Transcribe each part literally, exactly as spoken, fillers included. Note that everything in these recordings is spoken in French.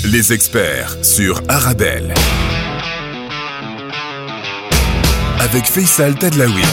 Les experts sur Arabelle. Avec Faisal Tadlaoui.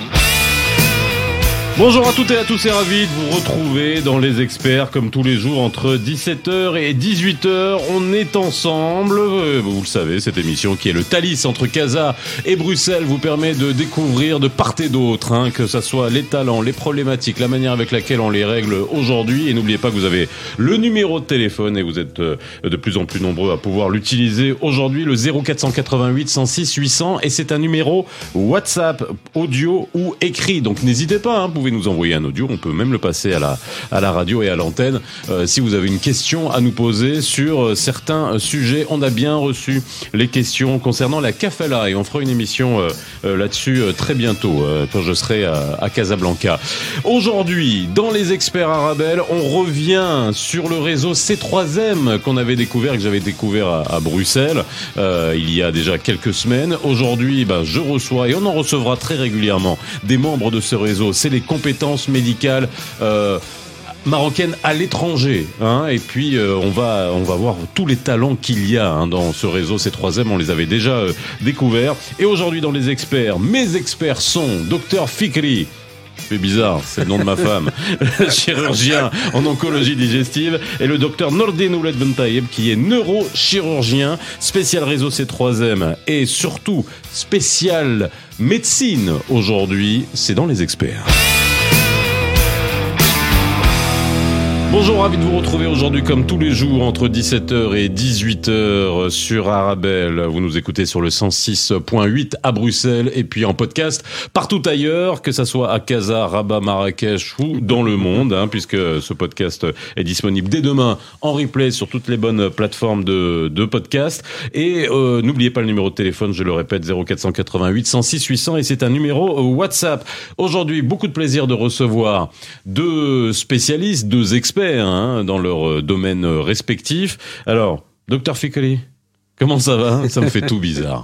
Bonjour à toutes et à tous, c'est ravi de vous retrouver dans Les Experts comme tous les jours entre dix-sept heures et dix-huit heures. On est ensemble, vous le savez, cette émission qui est le Thalys entre Casa et Bruxelles vous permet de découvrir de part et d'autre, hein, que ça soit les talents, les problématiques, la manière avec laquelle on les règle aujourd'hui. Et n'oubliez pas que vous avez le numéro de téléphone et vous êtes de plus en plus nombreux à pouvoir l'utiliser aujourd'hui, le zéro quatre cent quatre-vingt-huit cent six huit cents, et c'est un numéro WhatsApp, audio ou écrit. Donc n'hésitez pas, hein, vous pouvez nous envoyer un audio, on peut même le passer à la à la radio et à l'antenne euh, si vous avez une question à nous poser sur euh, certains euh, sujets. On a bien reçu les questions concernant la kafala et on fera une émission euh, euh, là-dessus euh, très bientôt euh, quand je serai à, à Casablanca. Aujourd'hui, dans les experts Arabelle, on revient sur le réseau C trois M qu'on avait découvert, que j'avais découvert à, à Bruxelles euh, il y a déjà quelques semaines. Aujourd'hui, ben, je reçois et on en recevra très régulièrement des membres de ce réseau. C'est les compétences médicales euh, marocaines à l'étranger, hein, et puis euh, on va on va voir tous les talents qu'il y a, hein, dans ce réseau C trois M. On les avait déjà euh, découverts. Et aujourd'hui dans les experts, mes experts sont Docteur Fikri. C'est bizarre, c'est le nom de ma femme. Chirurgien en oncologie digestive, et le docteur Nordin Ouled Bentayeb, qui est neurochirurgien, spécial réseau C trois M et surtout spécial médecine aujourd'hui. C'est dans les experts. Bonjour, ravi de vous retrouver aujourd'hui comme tous les jours entre dix-sept heures et dix-huit heures sur Arabelle. Vous nous écoutez sur le cent six point huit à Bruxelles et puis en podcast partout ailleurs, que ça soit à Casa, Rabat, Marrakech ou dans le monde, hein, puisque ce podcast est disponible dès demain en replay sur toutes les bonnes plateformes de, de podcast. Et euh, n'oubliez pas le numéro de téléphone, je le répète, zéro quatre cent quatre-vingt-huit cent six huit cents, et c'est un numéro WhatsApp. Aujourd'hui, beaucoup de plaisir de recevoir deux spécialistes, deux experts, Hein, dans leur domaine respectif. Alors, docteur Fikri, comment ça va ? Ça me fait tout bizarre.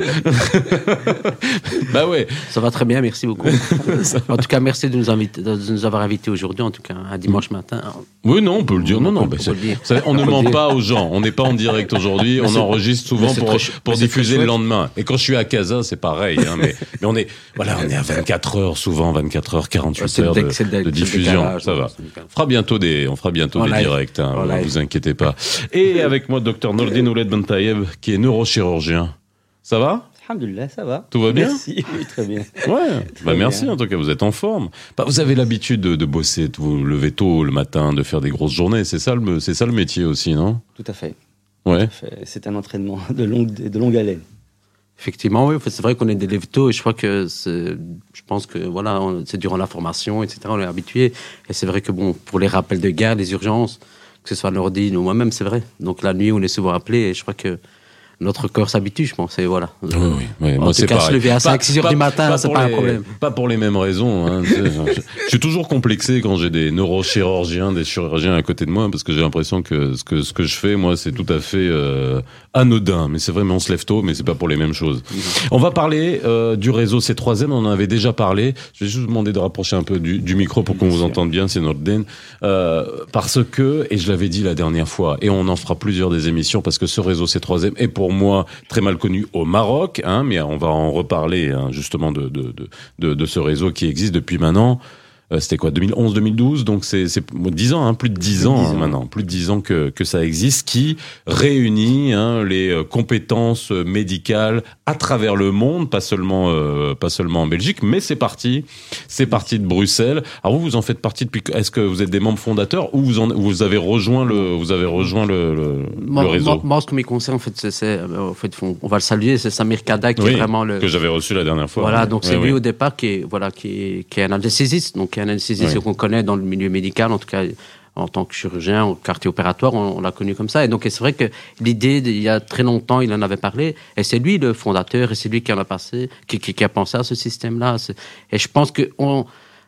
Bah ouais. Ça va très bien, merci beaucoup. En tout cas, merci de nous, inviter, de nous avoir invités aujourd'hui, en tout cas, un dimanche matin. Oui, non, on peut le dire. Non, non, on, bah, c'est, dire. Ça, on, on ne ment dire. pas aux gens. On n'est pas en direct aujourd'hui. On enregistre souvent pour, très, pour diffuser le lendemain. Et quand je suis à Casa, c'est pareil. Hein, mais, mais on est, voilà, on est à vingt-quatre heures souvent, vingt-quatre heures, quarante-huit heures de, de, de diffusion. Décalage, ça va. On fera bientôt des, on fera bientôt des directs. Hein, ne vous inquiétez pas. Et avec moi, docteur Nordin Ouled Bentayeb, qui est neurochirurgien. Ça va ? Alhamdoulilah, ça va. Tout va bien ? Merci, oui, très bien. Ouais, très bah merci bien. En tout cas, vous êtes en forme. Bah, vous avez l'habitude de, de bosser, de vous lever tôt le matin, de faire des grosses journées. C'est ça le, c'est ça le métier aussi, non ? Tout à fait. Ouais. Tout à fait. C'est un entraînement de longue, de longue haleine. Effectivement, oui. C'est vrai qu'on est des lève tôt et je crois que c'est, je pense que voilà, on, c'est durant la formation, et cetera. On est habitué. Et c'est vrai que bon, pour les rappels de garde, les urgences, que ce soit Nordine ou moi-même, c'est vrai. Donc la nuit, on est souvent appelé et je crois que notre corps s'habitue, je pense, et voilà. Oui, oui, oui. En Moi, tout c'est cas, pareil. se lever à cinq six heures du matin, pas c'est pas les, un problème. Pas pour les mêmes raisons. Hein. je, je suis toujours complexé quand j'ai des neurochirurgiens, des chirurgiens à côté de moi, parce que j'ai l'impression que ce que, ce que je fais, moi, c'est tout à fait euh, anodin. Mais c'est vrai, mais on se lève tôt, mais c'est pas pour les mêmes choses. Mm-hmm. On va parler euh, du réseau C trois M, on en avait déjà parlé. Je vais juste vous demander de rapprocher un peu du, du micro pour qu'on vous entende bien, c'est notre den. Euh, parce que, et je l'avais dit la dernière fois, et on en fera plusieurs des émissions, parce que ce réseau C trois M est pour moi très mal connu au Maroc, hein, mais on va en reparler, hein, justement de, de, de, de, de ce réseau qui existe depuis maintenant. Euh, c'était quoi, deux mille onze deux mille douze, donc c'est, c'est dix ans, hein, plus de dix ans, hein, maintenant, plus de dix ans que, que ça existe, qui réunit, hein, les euh, compétences médicales à travers le monde, pas seulement, euh, pas seulement en Belgique, mais c'est parti, c'est parti de Bruxelles. Alors vous, vous en faites partie depuis, est-ce que vous êtes des membres fondateurs ou vous, en, vous avez rejoint le, vous avez rejoint le, le, moi, le réseau? Moi, moi, ce qui me concerne, en fait, c'est, c'est en fait, on va le saluer, c'est Samir Kada qui oui, est vraiment le, que j'avais reçu la dernière fois. Voilà, donc oui, c'est oui. lui au départ qui est, voilà, qui est, qui est un anesthésiste, donc qui est un anesthésiste oui. qu'on connaît dans le milieu médical, en tout cas en tant que chirurgien, au quartier opératoire, on, on l'a connu comme ça. Et donc c'est vrai que l'idée, il y a très longtemps, il en avait parlé, et c'est lui le fondateur, et c'est lui qui en a passé, qui, qui, qui a pensé à ce système-là. C'est, et je pense que on,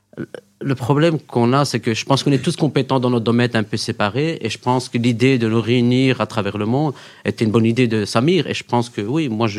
le problème qu'on a, c'est que je pense qu'on est tous compétents dans notre domaine un peu séparés, et je pense que l'idée de nous réunir à travers le monde était une bonne idée de Samir, et je pense que oui, moi je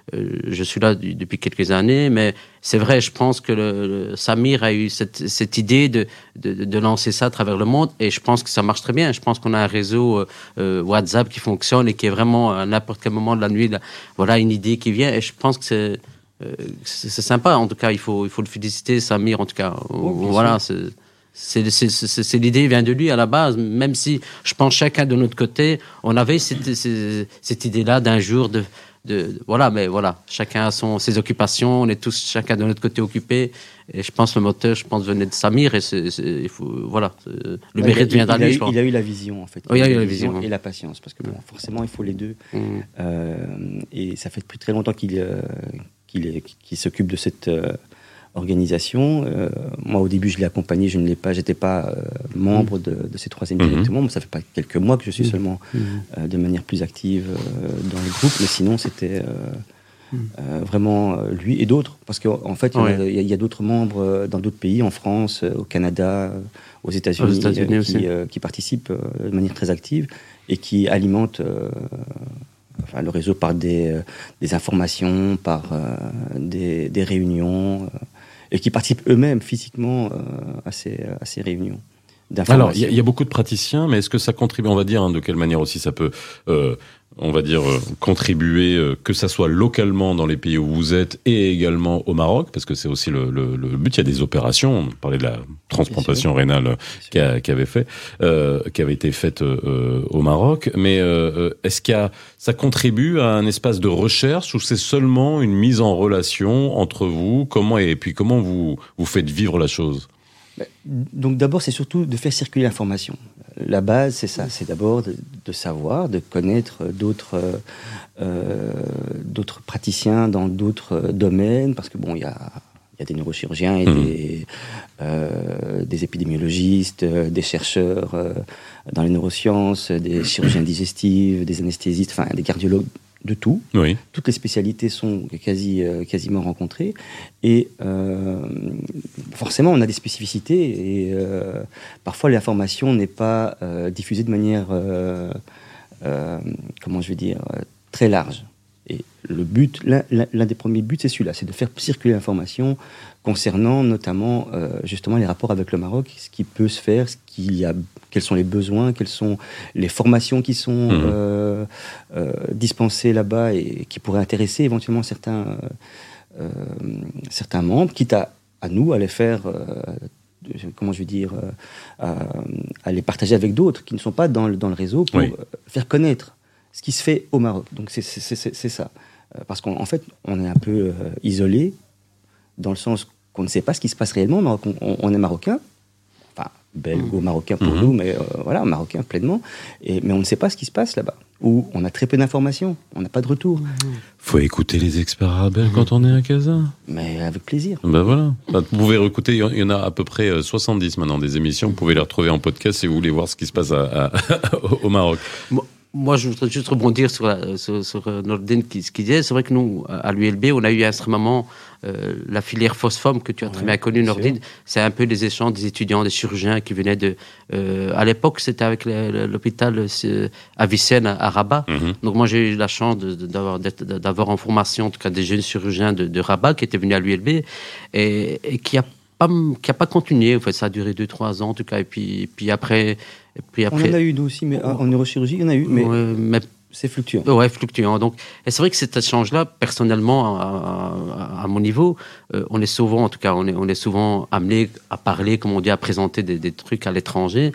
euh, je suis là du, depuis quelques années, mais c'est vrai, je pense que le, le, Samir a eu cette, cette idée de, de, de lancer ça à travers le monde, et je pense que ça marche très bien. Je pense qu'on a un réseau euh, WhatsApp qui fonctionne et qui est vraiment à n'importe quel moment de la nuit, là, voilà, une idée qui vient, et je pense que c'est, euh, c'est, c'est sympa. En tout cas, il faut, il faut le féliciter, Samir. En tout cas, oh, voilà, c'est, c'est, c'est, c'est, c'est l'idée vient de lui à la base. Même si je pense chacun de notre côté, on avait cette, cette, cette idée-là d'un jour de De, de, voilà, mais voilà, chacun a son, ses occupations, on est tous chacun de notre côté occupés, et je pense le moteur, je pense, venait de Samir, et c'est, c'est, il faut, voilà, le mérite viendra de lui, je pense. Il a eu la vision, en fait. Oh, il, il a eu la vision, vision et la patience, parce que bon, forcément, il faut les deux. Mmh. Euh, et ça fait depuis très longtemps qu'il, euh, qu'il, est, qu'il s'occupe de cette euh, organisation. Euh, moi, au début, je l'ai accompagné, je ne l'ai pas, j'étais pas euh, membre de, de ces troisièmes mmh. directement, mais ça fait pas quelques mois que je suis mmh. seulement mmh. euh, de manière plus active euh, dans le groupe, mais sinon, c'était euh, mmh. euh, vraiment euh, lui et d'autres, parce qu'en en fait, il ouais. y, a, il y a d'autres membres euh, dans d'autres pays, en France, euh, au Canada, euh, aux États-Unis, aux États-Unis euh, qui, euh, qui participent euh, de manière très active et qui alimentent euh, enfin, le réseau par des, euh, des informations, par euh, des, des réunions, euh, et qui participent eux-mêmes physiquement euh, à, ces, à ces réunions. Alors, il y, y a beaucoup de praticiens, mais est-ce que ça contribue, on va dire, hein, de quelle manière aussi ça peut, euh, on va dire, euh, contribuer, euh, que ça soit localement dans les pays où vous êtes et également au Maroc, parce que c'est aussi le, le, le but. Il y a des opérations, on parlait de la transplantation rénale qui, a, qui avait fait, euh, qui avait été faite euh, au Maroc, mais euh, est-ce qu'il y a, ça contribue à un espace de recherche ou c'est seulement une mise en relation entre vous, comment et puis comment vous vous faites vivre la chose? Donc d'abord, c'est surtout de faire circuler l'information. La base, c'est ça, c'est d'abord de, de savoir, de connaître d'autres, euh, d'autres praticiens dans d'autres domaines, parce que bon, il y a, y a des neurochirurgiens et mmh. des, euh, des épidémiologistes, des chercheurs euh, dans les neurosciences, des chirurgiens digestifs, des anesthésistes, enfin des cardiologues, de tout. Oui. Toutes les spécialités sont quasi, euh, quasiment rencontrées. Et euh, forcément, on a des spécificités. Et euh, parfois, l'information n'est pas euh, diffusée de manière, euh, euh, comment je vais dire, euh, très large. Et le but, l'un, l'un des premiers buts, c'est celui-là, c'est de faire circuler l'information concernant notamment euh, justement les rapports avec le Maroc, ce qui peut se faire, ce qu'il y a, quels sont les besoins, quelles sont les formations qui sont mmh. euh, euh, dispensées là-bas et qui pourraient intéresser éventuellement certains, euh, certains membres, quitte à, à nous à les faire, euh, comment je vais dire, euh, à, à les partager avec d'autres qui ne sont pas dans le, dans le réseau pour oui. faire connaître ce qui se fait au Maroc. Donc c'est, c'est, c'est, c'est ça. Parce qu'en en fait, on est un peu euh, isolé, dans le sens qu'on ne sait pas ce qui se passe réellement au Maroc. On, on est marocain, enfin, belgo-marocain pour mmh. nous, mais euh, voilà, marocain pleinement. Et, mais on ne sait pas ce qui se passe là-bas. Ou on a très peu d'informations, on n'a pas de retour. Mmh. Faut écouter les experts arabes mmh. quand on est à Casa. Mais avec plaisir. Ben voilà. Vous pouvez écouter, il y en a à peu près soixante-dix maintenant des émissions. Vous pouvez les retrouver en podcast si vous voulez voir ce qui se passe à, à, au Maroc. Bon. Moi, je voudrais juste rebondir sur, la, sur, sur Nordine qui, ce qu'il disait. C'est vrai que nous, à l'U L B, on a eu à un moment euh, la filière Phosphom que tu as très ouais, bien connue, Nordine. C'est un peu les échanges des étudiants, des chirurgiens qui venaient de... Euh, à l'époque, c'était avec le, l'hôpital Avicenne à, à Rabat. Mm-hmm. Donc moi, j'ai eu la chance de, de, d'avoir, d'avoir en formation, en tout cas, des jeunes chirurgiens de, de Rabat qui étaient venus à l'U L B et, et qui a pas, qui a pas continué. En fait, ça a duré deux, trois ans, en tout cas. Et puis, puis après... Et puis après, on en a eu nous aussi, mais en neurochirurgie, il y en a eu, mais, ouais, mais c'est fluctuant. Ouais, fluctuant. Donc, et c'est vrai que cet échange-là, personnellement, à, à, à mon niveau, euh, on est souvent, en tout cas, on est, on est souvent amené à parler, comme on dit, à présenter des, des trucs à l'étranger,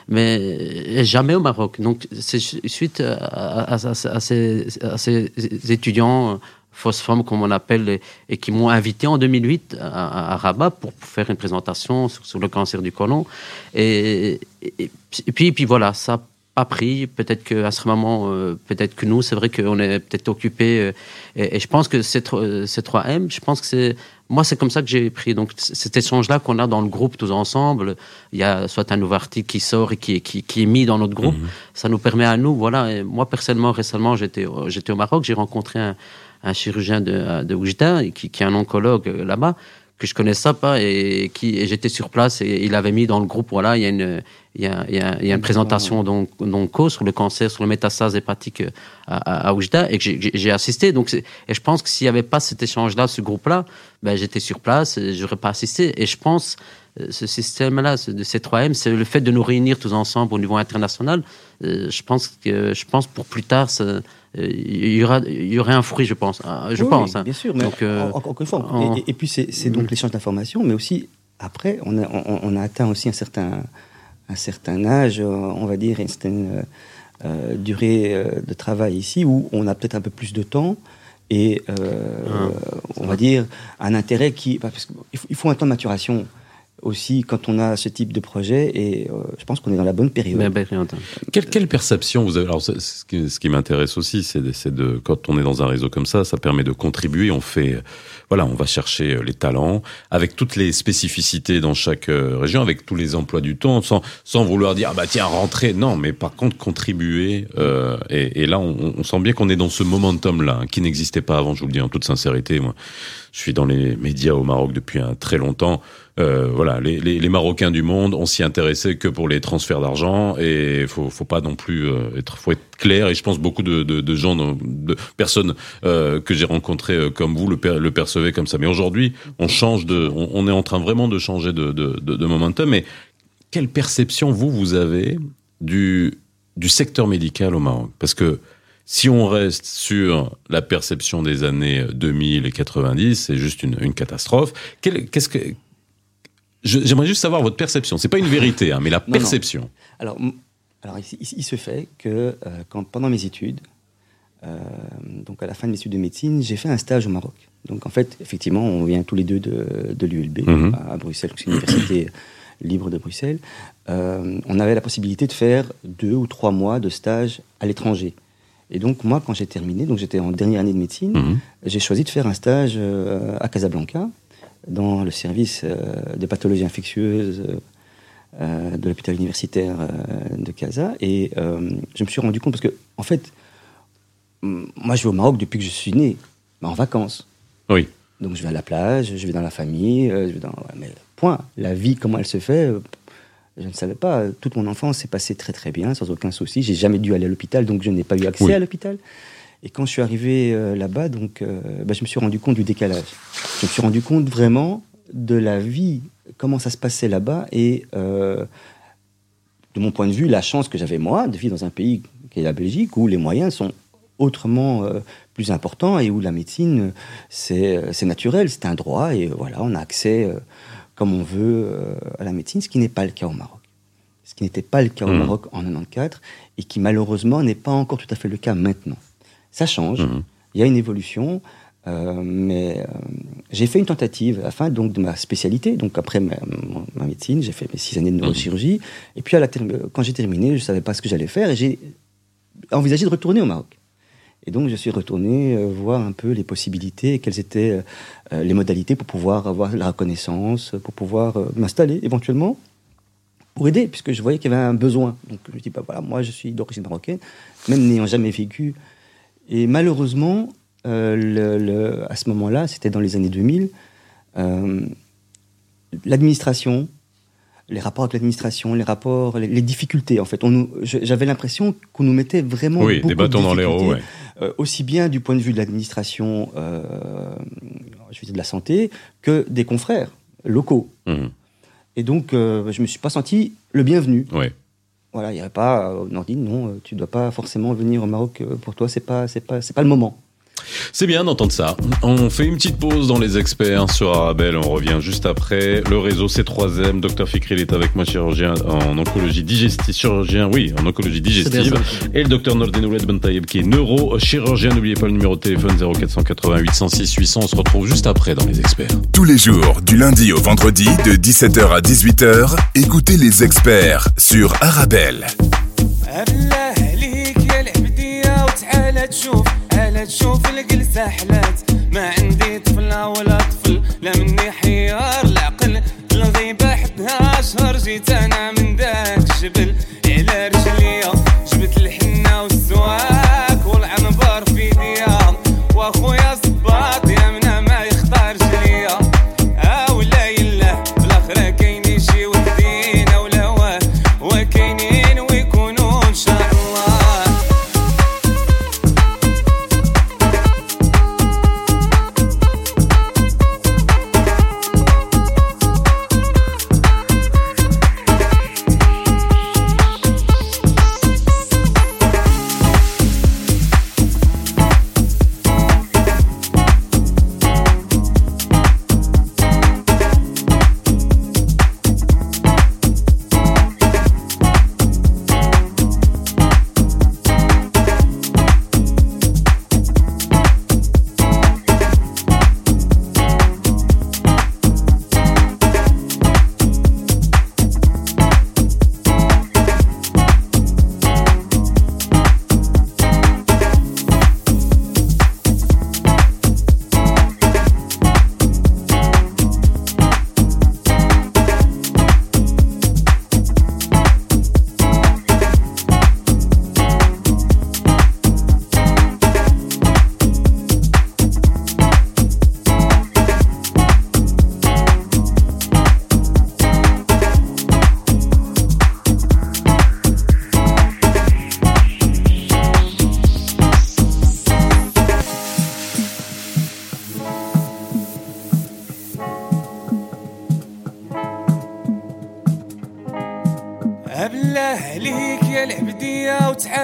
mais jamais au Maroc. Donc, c'est suite à, à, à, à, ces, à ces étudiants Phosphom, comme on appelle, et, et qui m'ont invité en deux mille huit à, à Rabat pour, pour faire une présentation sur, sur le cancer du côlon. Et, et, et, puis, et puis voilà, ça n'a pas pris. Peut-être qu'à ce moment, euh, peut-être que nous, c'est vrai qu'on est peut-être occupés. Euh, et, et je pense que ces trois M, je pense que c'est... Moi, c'est comme ça que j'ai pris. Donc, cet échange-là qu'on a dans le groupe tous ensemble, il y a soit un nouveau article qui sort et qui, qui, qui est mis dans notre groupe. Mmh. Ça nous permet à nous, voilà. Et moi, personnellement, récemment, j'étais, j'étais au Maroc, j'ai rencontré un, un chirurgien de, de Oujda, qui, qui est un oncologue là-bas, que je connaissais pas et qui et j'étais sur place et il avait mis dans le groupe, voilà, il y a une il y a, il y a, il y a une présentation donc donc sur le cancer, sur le métastase hépatique à, à, à Oujda et que j'ai, j'ai assisté. Donc c'est, et je pense que s'il y avait pas cet échange-là, ce groupe-là, ben j'étais sur place, et j'aurais pas assisté. Et je pense ce système-là de C trois M, c'est le fait de nous réunir tous ensemble au niveau international. Euh, je pense que je pense pour plus tard, ça, il y aura il y aurait un fruit, je pense. Je oui, pense. Oui, bien sûr. Mais donc, euh, encore une fois, en... et, et puis c'est, c'est donc l'échange d'informations, mais aussi après, on a on, on a atteint aussi un certain un certain âge, on va dire, une certaine euh, durée de travail ici, où on a peut-être un peu plus de temps et, euh, ah, on va dire, un intérêt qui... Parce qu'il faut, il faut un temps de maturation aussi quand on a ce type de projet, et euh, je pense qu'on est dans la bonne période. Mais, ben, quelle, quelle perception vous avez? Alors, ce qui, ce qui m'intéresse aussi, c'est de, c'est de, quand on est dans un réseau comme ça, ça permet de contribuer. On fait, voilà, on va chercher les talents avec toutes les spécificités dans chaque région, avec tous les emplois du temps, sans, sans vouloir dire ah bah tiens rentrer. Non, mais par contre contribuer. Euh, et, et là, on, on sent bien qu'on est dans ce momentum-là hein, qui n'existait pas avant. Je vous le dis en toute sincérité. Moi, je suis dans les médias au Maroc depuis un très longtemps. Euh, voilà, les, les, les Marocains du monde, on s'y intéressait que pour les transferts d'argent et faut, faut pas non plus euh, être, faut être clair. Et je pense beaucoup de, de, de gens, de, de personnes euh, que j'ai rencontrées euh, comme vous le, per, le percevaient comme ça. Mais aujourd'hui, on change de, on, on est en train vraiment de changer de, de, de, de momentum. Mais quelle perception vous vous avez du du secteur médical au Maroc? Parce que si on reste sur la perception des années deux mille et quatre-vingt-dix, c'est juste une, une catastrophe. Quelle, qu'est-ce que Je, j'aimerais juste savoir votre perception. C'est pas une vérité, hein, mais la perception. Non, non. Alors, alors il, il, il se fait que euh, quand, pendant mes études, euh, donc à la fin de mes études de médecine, j'ai fait un stage au Maroc. Donc en fait, effectivement, on vient tous les deux de, de l'U L B, mm-hmm. à, à Bruxelles, c'est l'université libre de Bruxelles. Euh, on avait la possibilité de faire deux ou trois mois de stage à l'étranger. Et donc moi, quand j'ai terminé, donc j'étais en dernière année de médecine, mm-hmm. j'ai choisi de faire un stage euh, à Casablanca, dans le service euh, de pathologie infectieuse euh, de l'hôpital universitaire euh, de Casa. Et euh, je me suis rendu compte, parce que, en fait, m- moi, je vais au Maroc depuis que je suis né, mais en vacances. Oui. Donc, je vais à la plage, je vais dans la famille, euh, je vais dans... Ouais, mais point. La vie, comment elle se fait, euh, je ne savais pas. Toute mon enfance s'est passée très, très bien, sans aucun souci. J'ai jamais dû aller à l'hôpital, donc je n'ai pas eu accès oui. à l'hôpital. Et quand je suis arrivé euh, là-bas, donc, euh, bah, je me suis rendu compte du décalage. Je me suis rendu compte vraiment de la vie, comment ça se passait là-bas, et euh, de mon point de vue, la chance que j'avais moi de vivre dans un pays qui est la Belgique, où les moyens sont autrement euh, plus importants et où la médecine, c'est, c'est naturel, c'est un droit, et voilà, on a accès euh, comme on veut euh, à la médecine, ce qui n'est pas le cas au Maroc. Ce qui n'était pas le cas mmh. au Maroc en quatre-vingt-quatorze, et qui malheureusement n'est pas encore tout à fait le cas maintenant. Ça change, mmh. il y a une évolution, euh, mais euh, j'ai fait une tentative à la fin donc, de ma spécialité. Donc après ma, ma médecine, j'ai fait mes six années de neurochirurgie. Mmh. Et puis à la ter- quand j'ai terminé, je ne savais pas ce que j'allais faire et j'ai envisagé de retourner au Maroc. Et donc je suis retourné euh, voir un peu les possibilités et quelles étaient euh, les modalités pour pouvoir avoir la reconnaissance, pour pouvoir euh, m'installer éventuellement, pour aider, puisque je voyais qu'il y avait un besoin. Donc je me dis, bah, voilà, moi je suis d'origine marocaine, même n'ayant jamais vécu. Et malheureusement, euh, le, le, à ce moment-là, c'était dans les années deux mille, euh, l'administration, les rapports avec l'administration, les rapports, les, les difficultés, en fait. On nous, je, j'avais l'impression qu'on nous mettait vraiment oui, beaucoup des bâtons de dans les roues, ouais. euh, aussi bien du point de vue de l'administration, euh, je veux dire de la santé, que des confrères locaux. Mmh. Et donc, euh, je ne me suis pas senti le bienvenu. Ouais. Voilà, il n'y avait pas, euh, Nordine, non, tu ne dois pas forcément venir au Maroc, euh, pour toi, ce n'est pas, c'est pas, c'est pas le moment. C'est bien d'entendre ça. On fait une petite pause dans les experts sur Arabelle. On revient juste après. Le réseau C trois M. Docteur Fikri est avec moi, chirurgien en oncologie digestive. Chirurgien, oui, en oncologie digestive. Et le docteur Nordine Ouled Ben Taïeb qui est neurochirurgien. N'oubliez pas le numéro de téléphone zéro quatre cent quatre-vingt-huit cent six huit cents. On se retrouve juste après dans les experts. Tous les jours, du lundi au vendredi, de dix-sept heures à dix-huit heures, écoutez les experts sur Arabelle. تشوف الجلسة حلات ما عندي طفلة ولا طفل لا مني حيار العقل الغيبة حدها شهر جيت أنا من داك الجبل على رجليا جبت الحنة والسواك والعنبر في ديا وأخويا صباط يا منا ما يختار جليا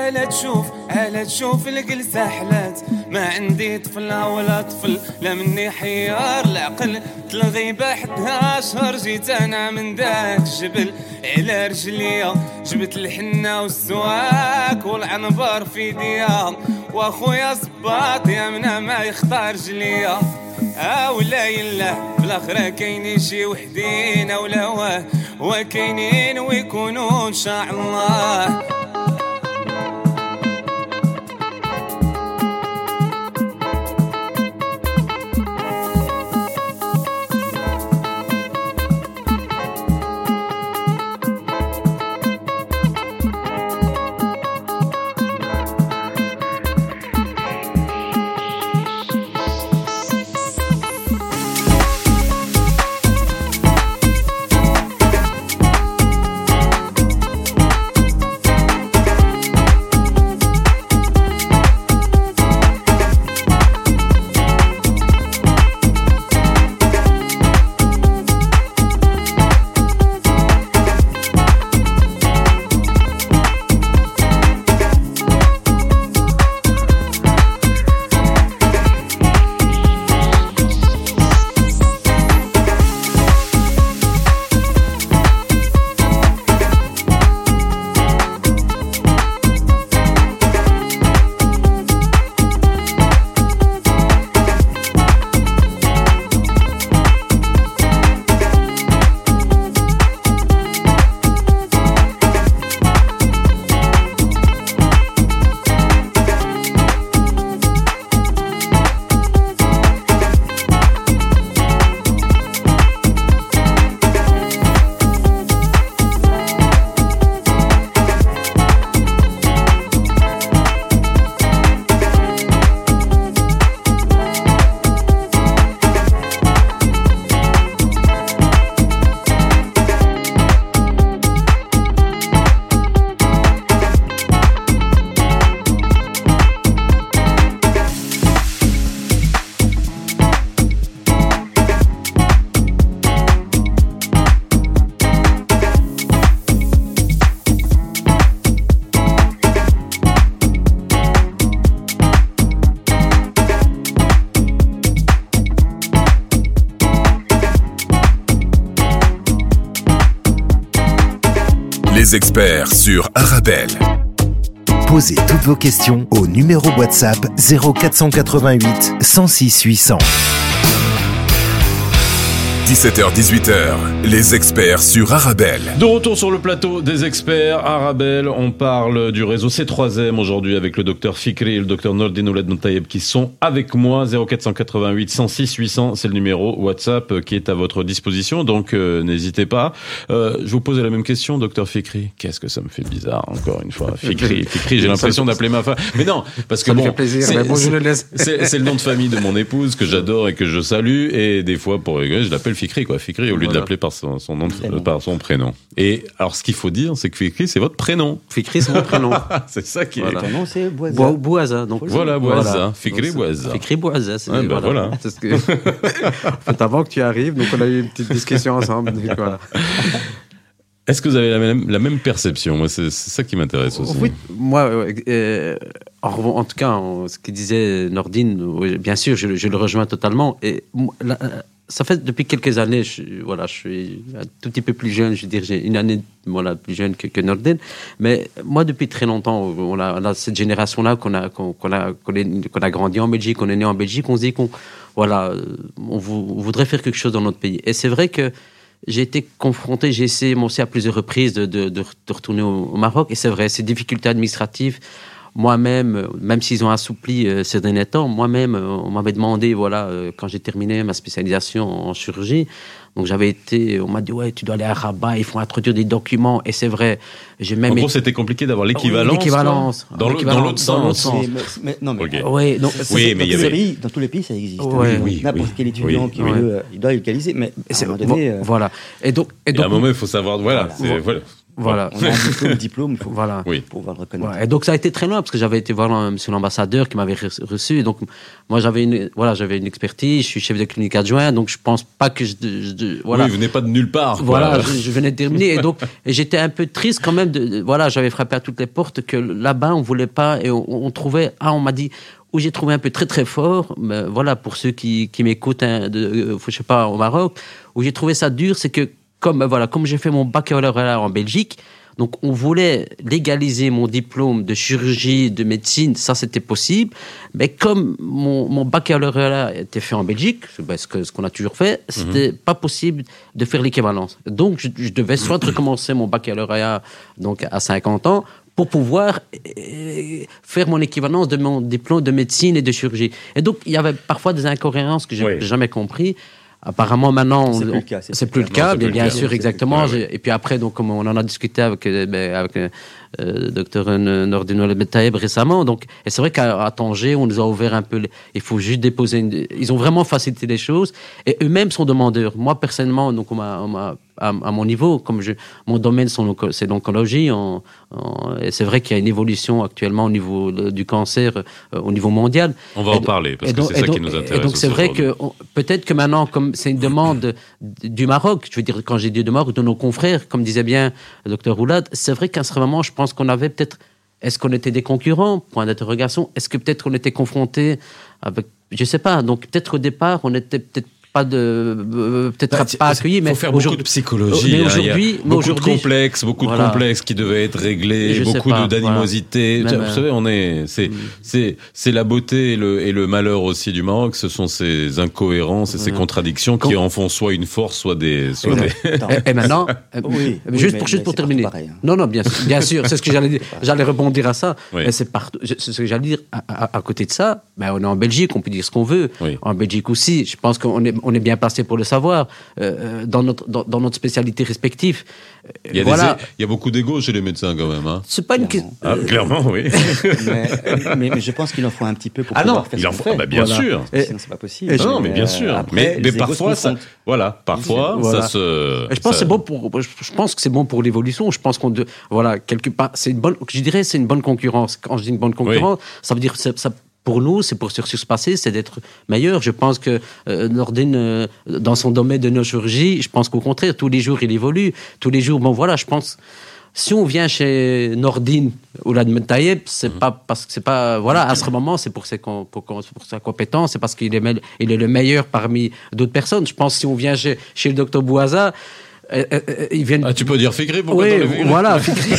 على تشوف على تشوف الجلسة حلات ما عندي طفل ولا طفل لا مني حيار العقل الغيبة حدها شهر جيت انا من ذاك الجبل على رجليا جبت الحنة والسواك والعنبر في ديا واخويا صباط يا منا ما يختار رجليا اولا يلا بالاخره كاينين شي وحدين اولا واه وكاينين ويكونوا ان شاء الله. Les experts sur Arabelle. Posez toutes vos questions au numéro WhatsApp zéro quatre cent quatre-vingt-huit cent six huit cents. dix-sept heures dix-huit heures, les experts sur Arabelle. De retour sur le plateau des experts Arabelle, on parle du réseau C trois M aujourd'hui avec le docteur Fikri et le docteur Nordine Ouled Montayeb qui sont avec moi. Zéro quatre cent quatre-vingt-huit cent six huit cents, c'est le numéro WhatsApp qui est à votre disposition, donc euh, n'hésitez pas. Euh, je vous posais la même question, docteur Fikri. Qu'est-ce que ça me fait bizarre, encore une fois. Fikri, Fikri, j'ai l'impression d'appeler ma femme. Mais non, parce que ça bon, me fait plaisir, c'est, mais bon, je le laisse. C'est, c'est le nom de famille de mon épouse que j'adore et que je salue, et des fois pour rigoler, je l'appelle Fikri, quoi. Fikri au lieu voilà. de l'appeler par son, son nom, de, par son prénom. Et alors, ce qu'il faut dire, c'est que Fikri, c'est votre prénom. Fikri, c'est mon prénom. C'est ça qui voilà. est. Ton nom, c'est Bouaza. Bo- Bouaza. Donc, voilà, Bouaza. Voilà. Fikri Bouaza. Fikri Bouaza. C'est, ah, ben voilà. voilà. C'est ce que... en fait, avant que tu arrives, donc on a eu une petite discussion ensemble. Donc, voilà. Est-ce que vous avez la même, la même perception? Moi, c'est, c'est ça qui m'intéresse aussi. Oui, moi, euh, en, en tout cas, en, ce que disait Nordine, oui, bien sûr, je, je le rejoins totalement. Et là, ça fait depuis quelques années, je, voilà, je suis un tout petit peu plus jeune, je veux dire, j'ai une année voilà, plus jeune que, que Nordine. Mais moi, depuis très longtemps, on a, on a cette génération-là qu'on a, qu'on, qu'on a, qu'on, est, qu'on a grandi en Belgique, on est né en Belgique, on se dit qu'on voilà, on, vou, on voudrait faire quelque chose dans notre pays. Et c'est vrai que j'ai été confronté, j'ai essayé moi aussi à plusieurs reprises de, de, de, de retourner au, au Maroc. Et c'est vrai, ces difficultés administratives, moi-même, même s'ils ont assoupli euh, ces derniers temps, moi-même, euh, on m'avait demandé, voilà, euh, quand j'ai terminé ma spécialisation en chirurgie, donc j'avais été, on m'a dit, ouais, tu dois aller à Rabat, il faut introduire des documents. Et c'est vrai, j'ai même... En gros, été... c'était compliqué d'avoir l'équivalence. Oui, l'équivalence. Dans, l'équivalence. Dans l'autre sens. Dans l'autre sens. Mais, mais, non, mais... Okay. Ouais, donc, ça, oui, c'est, mais dans, y tous avait... pays, dans tous les pays, ça existe. Ouais, oui, oui, n'importe oui, quel étudiant oui, qui oui. veut, il doit le légaliser, mais c'est, à un moment donné... Voilà. Et donc, et donc, à un moment, il faut savoir... Voilà. Voilà. C'est, voilà. Voilà. On a un diplôme, diplôme, il faut Voilà. Oui. pouvoir le reconnaître. Ouais, et donc ça a été très loin parce que j'avais été voir un- monsieur l'ambassadeur qui m'avait re- reçu. Et donc moi j'avais une voilà j'avais une expertise, je suis chef de clinique adjoint, donc je pense pas que je, je- je- voilà Oui, vous venez pas de nulle part. quoi. voilà je, je venais de terminer et donc et j'étais un peu triste quand même de, de- voilà j'avais frappé à toutes les portes que là-bas on voulait pas et on, on trouvait ah on m'a dit où j'ai trouvé un peu très très fort, mais voilà pour ceux qui, qui m'écoutent hein, de, euh, je sais pas au Maroc, où j'ai trouvé ça dur, c'est que comme voilà comme j'ai fait mon baccalauréat en Belgique. Donc, on voulait légaliser mon diplôme de chirurgie, de médecine, ça c'était possible. Mais comme mon, mon baccalauréat était fait en Belgique, ben, ce, que, ce qu'on a toujours fait, c'était pas possible de faire l'équivalence. Donc, je, je devais soit recommencer mon baccalauréat donc à cinquante ans pour pouvoir euh, faire mon équivalence de mon diplôme de médecine et de chirurgie. Et donc, il y avait parfois des incohérences que je n'ai Oui. jamais compris. Apparemment, maintenant, on- C'est plus on- le cas, c'est c'est plus plus le le cas. cas, Non, c'est bien, plus le bien cas. sûr, C'est exactement. plus- ouais, ouais. J'ai- Et puis après, donc, comme on en a discuté avec, euh, ben, avec euh, euh, docteur Nordino Lebetaeb récemment, donc, et c'est vrai qu'à à Tanger, on nous a ouvert un peu. les- Il faut juste déposer. Une, ils ont vraiment facilité les choses, et eux-mêmes sont demandeurs. Moi, personnellement, donc, on m'a, on m'a- à, à mon niveau, comme je, mon domaine, c'est l'onco- c'est l'oncologie. On- on- et c'est vrai qu'il y a une évolution actuellement au niveau de- du cancer, euh, au niveau mondial. On va Et en do- parler parce et que donc- c'est et ça donc- qui nous et intéresse. donc c'est aussi vrai aujourd'hui. que on- peut-être que maintenant, comme c'est une demande du Maroc, je veux dire quand j'ai dit du Maroc, de nos confrères, comme disait bien le docteur Roulade, c'est vrai qu'à ce moment, je pense qu'on avait peut-être, est-ce qu'on était des concurrents? Point d'interrogation. Est-ce que peut-être qu'on était confrontés avec, je sais pas. Donc peut-être au départ, on était peut-être pas de, euh, peut-être Bah, pas c'est- accueillis, mais faut faire beaucoup de aujourd'hui- psychologie. mais hein, il y a aujourd'hui, mais beaucoup de aujourd'hui, complexes, beaucoup voilà. de complexes qui devaient être réglés, Je sais beaucoup pas, de d'animosité. voilà. Tu- Même, Vous savez, on est, c'est, c'est, c'est la beauté et le, et le malheur aussi du Maroc. Ce sont ces incohérences et ces Ouais. contradictions qui en font soit une force, soit des, soit des. Attends. Et, et maintenant, euh, Oui, oui, juste mais- pour, juste mais pour c'est terminer. partout pareil, hein. Non, non, bien, sûr- bien sûr, c'est ce que j'allais dire. J'allais rebondir à ça. Oui. Mais c'est partout. je- C'est ce que j'allais dire. À, à- à côté de ça, ben, on est en Belgique, on peut dire ce qu'on veut. Oui. En Belgique aussi, je pense qu'on est, on est bien placé pour le savoir. Euh, dans notre, dans, dans notre spécialité respective. Euh, Il y a, voilà. des, il y a beaucoup d'ego chez les médecins quand même. Hein. C'est pas une question. Clairement. Ah, clairement, oui. mais, mais- mais je pense qu'il en faut un petit peu pour Ah non, pouvoir faire il ce en qu'on faut. fait. bah, bien Voilà. sûr. Et- Sinon, c'est pas possible. et Non, mais bien Euh, sûr. après, mais les mais égos parfois, se ça, confrontent. voilà, parfois, Voilà. ça se. Et je pense ça- que c'est bon pour. Je je pense que c'est bon pour l'évolution. Je pense qu'on de- voilà quelque part c'est une bonne. Je dirais c'est une bonne concurrence. Quand je dis une bonne concurrence, ça veut dire ça. ça pour nous, c'est pour se surpasser, c'est d'être meilleur. Je pense que euh, Nordine, euh, dans son domaine de neurochirurgie, je pense qu'au contraire, tous les jours, il évolue. Tous les jours, bon voilà, je pense. Si on vient chez Nordine ou la Tayeb, c'est Mhm. pas parce que c'est pas voilà à ce moment c'est pour ses com- pour, pour sa compétence, c'est parce qu'il est me- il est le meilleur parmi d'autres personnes. Je pense que si on vient chez, chez le docteur Bouaza, euh, euh, euh, ils viennent. Ah, tu peux dire Fikri, pourquoi Oui, t'enlèves Fikri voilà.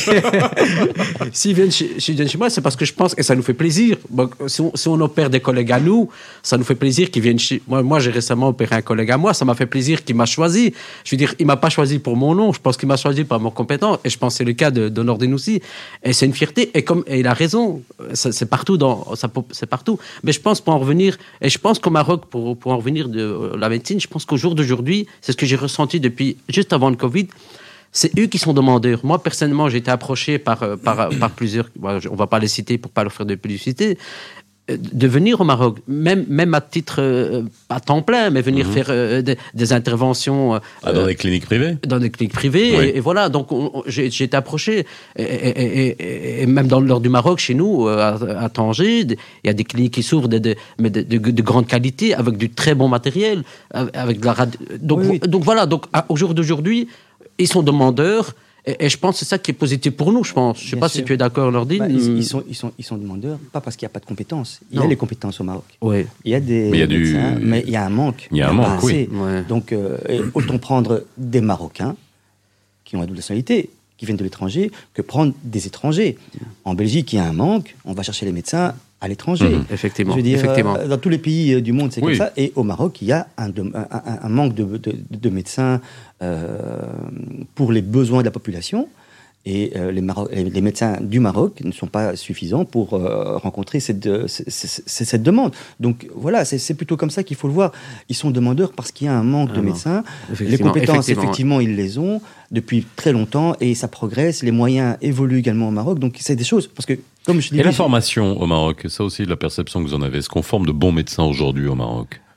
S'ils viennent chez, s'ils viennent chez moi, c'est parce que je pense, et ça nous fait plaisir. Bon, si, on, si on opère des collègues à nous, ça nous fait plaisir qu'ils viennent chez moi. Moi, j'ai récemment opéré un collègue à moi, ça m'a fait plaisir qu'il m'a choisi. Je veux dire, il m'a pas choisi pour mon nom, je pense qu'il m'a choisi par mon compétence, et je pense que c'est le cas de, de Nordine aussi. Et c'est une fierté, et, comme, et il a raison, ça, c'est partout, dans, ça, c'est partout. Mais je pense, pour en revenir, et je pense qu'au Maroc, pour, pour en revenir de la médecine, je pense qu'au jour d'aujourd'hui, c'est ce que j'ai ressenti depuis juste avant le Covid, c'est eux qui sont demandeurs. Moi, personnellement, j'ai été approché par, euh, par, par plusieurs, bon, on ne va pas les citer pour ne pas leur faire de publicité, euh, de venir au Maroc, même, même à titre, euh, à temps plein, mais venir faire euh, des, des interventions euh, Ah, dans des cliniques privées. dans des cliniques privées. Oui. Et, et voilà, donc on- on- j'ai j'ai été approché. Et, et- et- et même dans le nord du Maroc, chez nous, euh, à, à Tanger, il y a des cliniques qui s'ouvrent de, de, mais de, de, de grande qualité, avec du très bon matériel, avec de la radio. Donc, Oui, oui. donc voilà, donc à- au jour d'aujourd'hui, ils sont demandeurs. Et, et je pense que c'est ça qui est positif pour nous, je pense. Je ne sais Bien pas sûr. si tu es d'accord, Nordine. Bah, ils, ils sont, ils, sont, ils sont demandeurs, pas parce qu'il n'y a pas de compétences. Il y Non. a les compétences au Maroc. Oui. Il y a des Mais il y a du- médecins, mais il y a un manque. Il y a un pas manque, oui. assez. Ouais. Donc, euh, et autant prendre des Marocains qui ont la double nationalité, qui viennent de l'étranger, que prendre des étrangers. En Belgique, il y a un manque. On va chercher les médecins à l'étranger. Mhm. Effectivement. Je veux dire, effectivement. euh, dans tous les pays euh, du monde, c'est Oui. comme ça. Et au Maroc, il y a un, de- un- un- un manque de, de- de médecins euh, pour les besoins de la population. Et euh, les, Maro- les les médecins du Maroc ne sont pas suffisants pour euh, rencontrer cette, de- c- c- c- cette demande. Donc voilà, c'est c'est plutôt comme ça qu'il faut le voir. Ils sont demandeurs parce qu'il y a un manque Ah de non. médecins. Les Effectivement, compétences, effectivement, effectivement, ils les ont depuis très longtemps et ça progresse. Les moyens évoluent également au Maroc. Donc c'est des choses. Parce que, comme je Et l'ai la dit, formation au Maroc, ça aussi, la perception que vous en avez. Est-ce qu'on forme de bons médecins aujourd'hui au Maroc?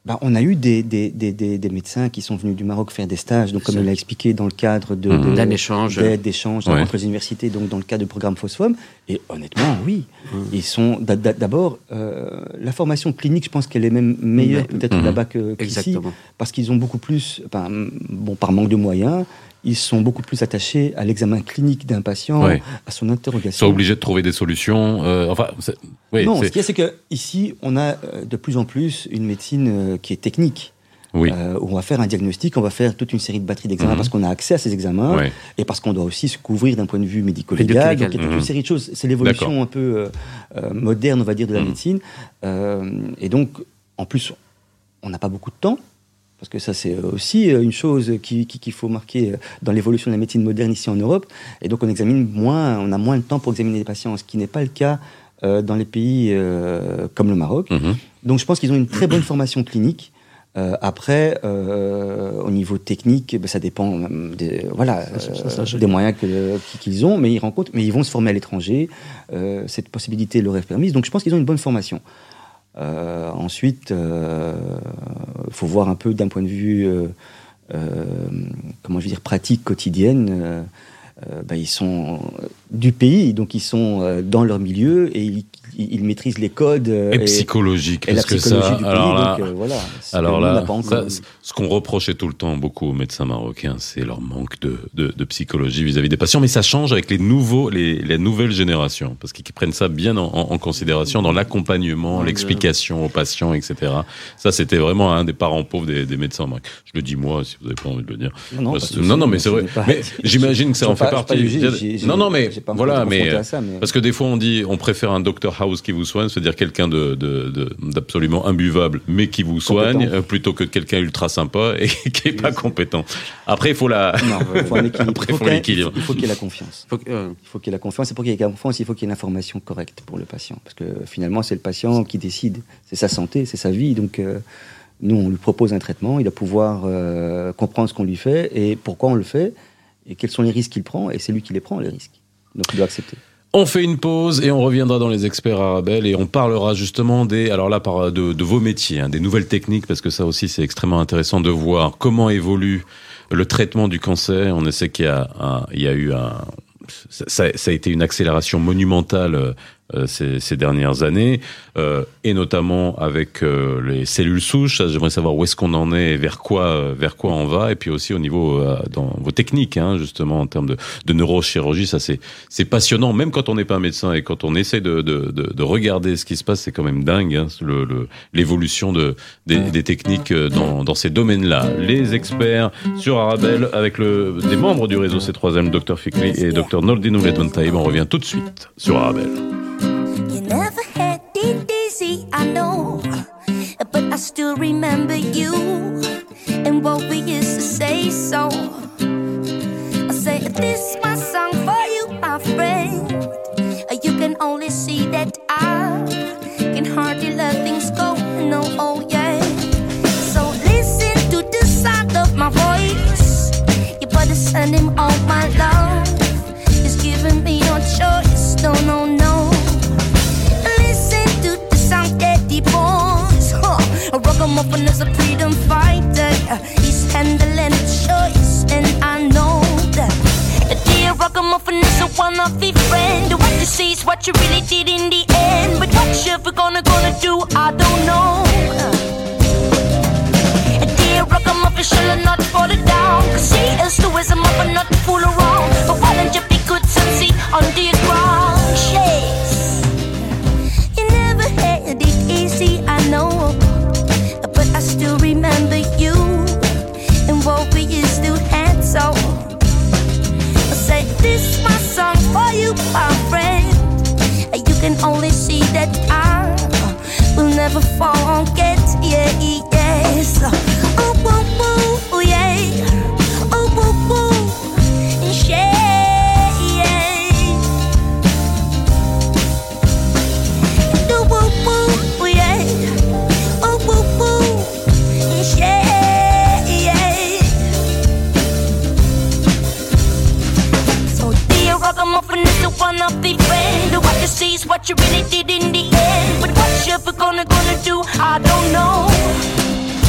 bah, on a eu des, des, des, des, des médecins qui sont venus du Maroc faire des stages, donc comme il l'a expliqué, dans le cadre de, mmh. de, d'un échange, d'aide, d'échange ouais. entre les universités, donc dans le cadre du programme FOSFOM. Et honnêtement, oui, mmh. ils sont d'abord euh, la formation clinique, je pense qu'elle est même meilleure mmh. peut-être mmh. là-bas que, qu'ici, parce qu'ils ont beaucoup plus, enfin, bon, par manque de moyens. Ils sont beaucoup plus attachés à l'examen clinique d'un patient, ouais. à son interrogation. Ils sont obligés de trouver des solutions. Euh, enfin, c'est, oui, non, c'est... ce qu'il y a, c'est qu'ici, on a euh, de plus en plus une médecine euh, qui est technique. Oui. Euh, où on va faire un diagnostic, on va faire toute une série de batteries d'examens mmh. parce qu'on a accès à ces examens ouais. et parce qu'on doit aussi se couvrir d'un point de vue médico-légal. Donc il y a toute mmh. une série de choses. C'est l'évolution D'accord. un peu euh, euh, moderne, on va dire, de la mmh. médecine. Euh, et donc, en plus, on n'a pas beaucoup de temps. Parce que ça, c'est aussi une chose qui, qui, qu'il faut marquer dans l'évolution de la médecine moderne ici en Europe. Et donc, on examine moins, on a moins de temps pour examiner les patients, ce qui n'est pas le cas euh, dans les pays euh, comme le Maroc. Mmh. Donc, je pense qu'ils ont une très bonne formation clinique. Euh, après, euh, au niveau technique, ben, ça dépend des, voilà, ça, ça, ça, ça, des moyens que, qu'ils ont, mais ils rencontrent, mais ils vont se former à l'étranger. Euh, cette possibilité leur est permise. Donc, je pense qu'ils ont une bonne formation. Euh, ensuite, il euh, faut voir un peu d'un point de vue, euh, euh, comment je veux dire, pratique quotidienne. Euh, euh, bah, ils sont du pays, donc ils sont euh, dans leur milieu et ils, ils maîtrisent les codes. Euh, et, et psychologique, et parce la psychologie que ça, du alors pays. là, donc, euh, voilà, alors là encore... ça, ce qu'on reprochait tout le temps beaucoup aux médecins marocains, c'est leur manque de, de, de psychologie vis-à-vis des patients, mais ça change avec les nouveaux, les, les nouvelles générations, parce qu'ils prennent ça bien en, en, en considération dans l'accompagnement, ouais, l'explication aux patients, et cetera. Ça, c'était vraiment un des parents pauvres des, des médecins marocains. Je le dis moi, si vous n'avez pas envie de le dire. Non, non, parce, non, non, mais c'est vrai. Pas, mais j'imagine que ça en fait pas, partie. J'ai, j'ai, non, non, mais voilà, mais, ça, mais parce que des fois on dit, on préfère un docteur house qui vous soigne, c'est-à-dire quelqu'un de, de, de d'absolument imbuvable, mais qui vous soigne, euh, plutôt que quelqu'un ultra sympa et qui est pas compétent. Après, il faut la. Non, il faut un équilibre. Après, il faut l'équilibre. Il faut qu'il y ait la confiance. Il faut, que, euh, il faut qu'il y ait la confiance. Et pour qu'il y ait la confiance, il faut qu'il y ait l'information correcte pour le patient, parce que finalement, c'est le patient qui décide. C'est sa santé, c'est sa vie, donc. Euh, Nous, on lui propose un traitement, il doit pouvoir euh, comprendre ce qu'on lui fait et pourquoi on le fait et quels sont les risques qu'il prend, et c'est lui qui les prend, les risques. Donc il doit accepter. On fait une pause et on reviendra dans les experts Arabelle et on parlera justement des, alors là, par, de, de vos métiers, hein, des nouvelles techniques, parce que ça aussi c'est extrêmement intéressant de voir comment évolue le traitement du cancer. On sait qu'il y a, un, il y a eu un, ça, ça a été une accélération monumentale Euh, ces, ces dernières années, euh, et notamment avec euh, les cellules souches. Ça, j'aimerais savoir où est-ce qu'on en est et vers quoi, euh, vers quoi on va, et puis aussi au niveau euh, dans vos techniques, hein, justement en termes de, de neurochirurgie. Ça, c'est, c'est passionnant, même quand on n'est pas médecin et quand on essaie de, de, de, de regarder ce qui se passe, c'est quand même dingue, hein, le, le, l'évolution de, des, des techniques dans, dans ces domaines-là. Les experts sur Arabelle avec le, des membres du réseau C trois M, docteur Fikri et docteur Nordin Oulet Taïb. On revient tout de suite sur Arabelle. Never had it easy, I know, but I still remember you and what we used to say. So I say, this is my song for you, my friend. You can only see that I can hardly let things go. No, oh yeah. So listen to the sound of my voice. You better send him all my love. He's giving me no choice. No, no, no. A ragamuffin is a freedom fighter. He's handling his choice, and I know that. Dear ragamuffin is a one-off friend. What you see is what you really did in the end. But what you ever gonna gonna do, I don't know. Dear ragamuffin, shall I not fall it down? Cause he is the wisdom of a not to fool around. But why don't you be good and see under your ground? Yes. You never had it easy, I know. I still remember you and what we used to have. So I say, this is my song for you, my friend. You can only see that I will never forget. Yeah, yes. Oh, woo, woo, yeah. Oh, woo, woo, yeah, yeah. Do woo, woo, yeah. Oh, woo, woo. Yeah, yeah. So dear ragamuffin is the one of the friend. What you see is what you really did in the end. But what you ever gonna gonna do, I don't know.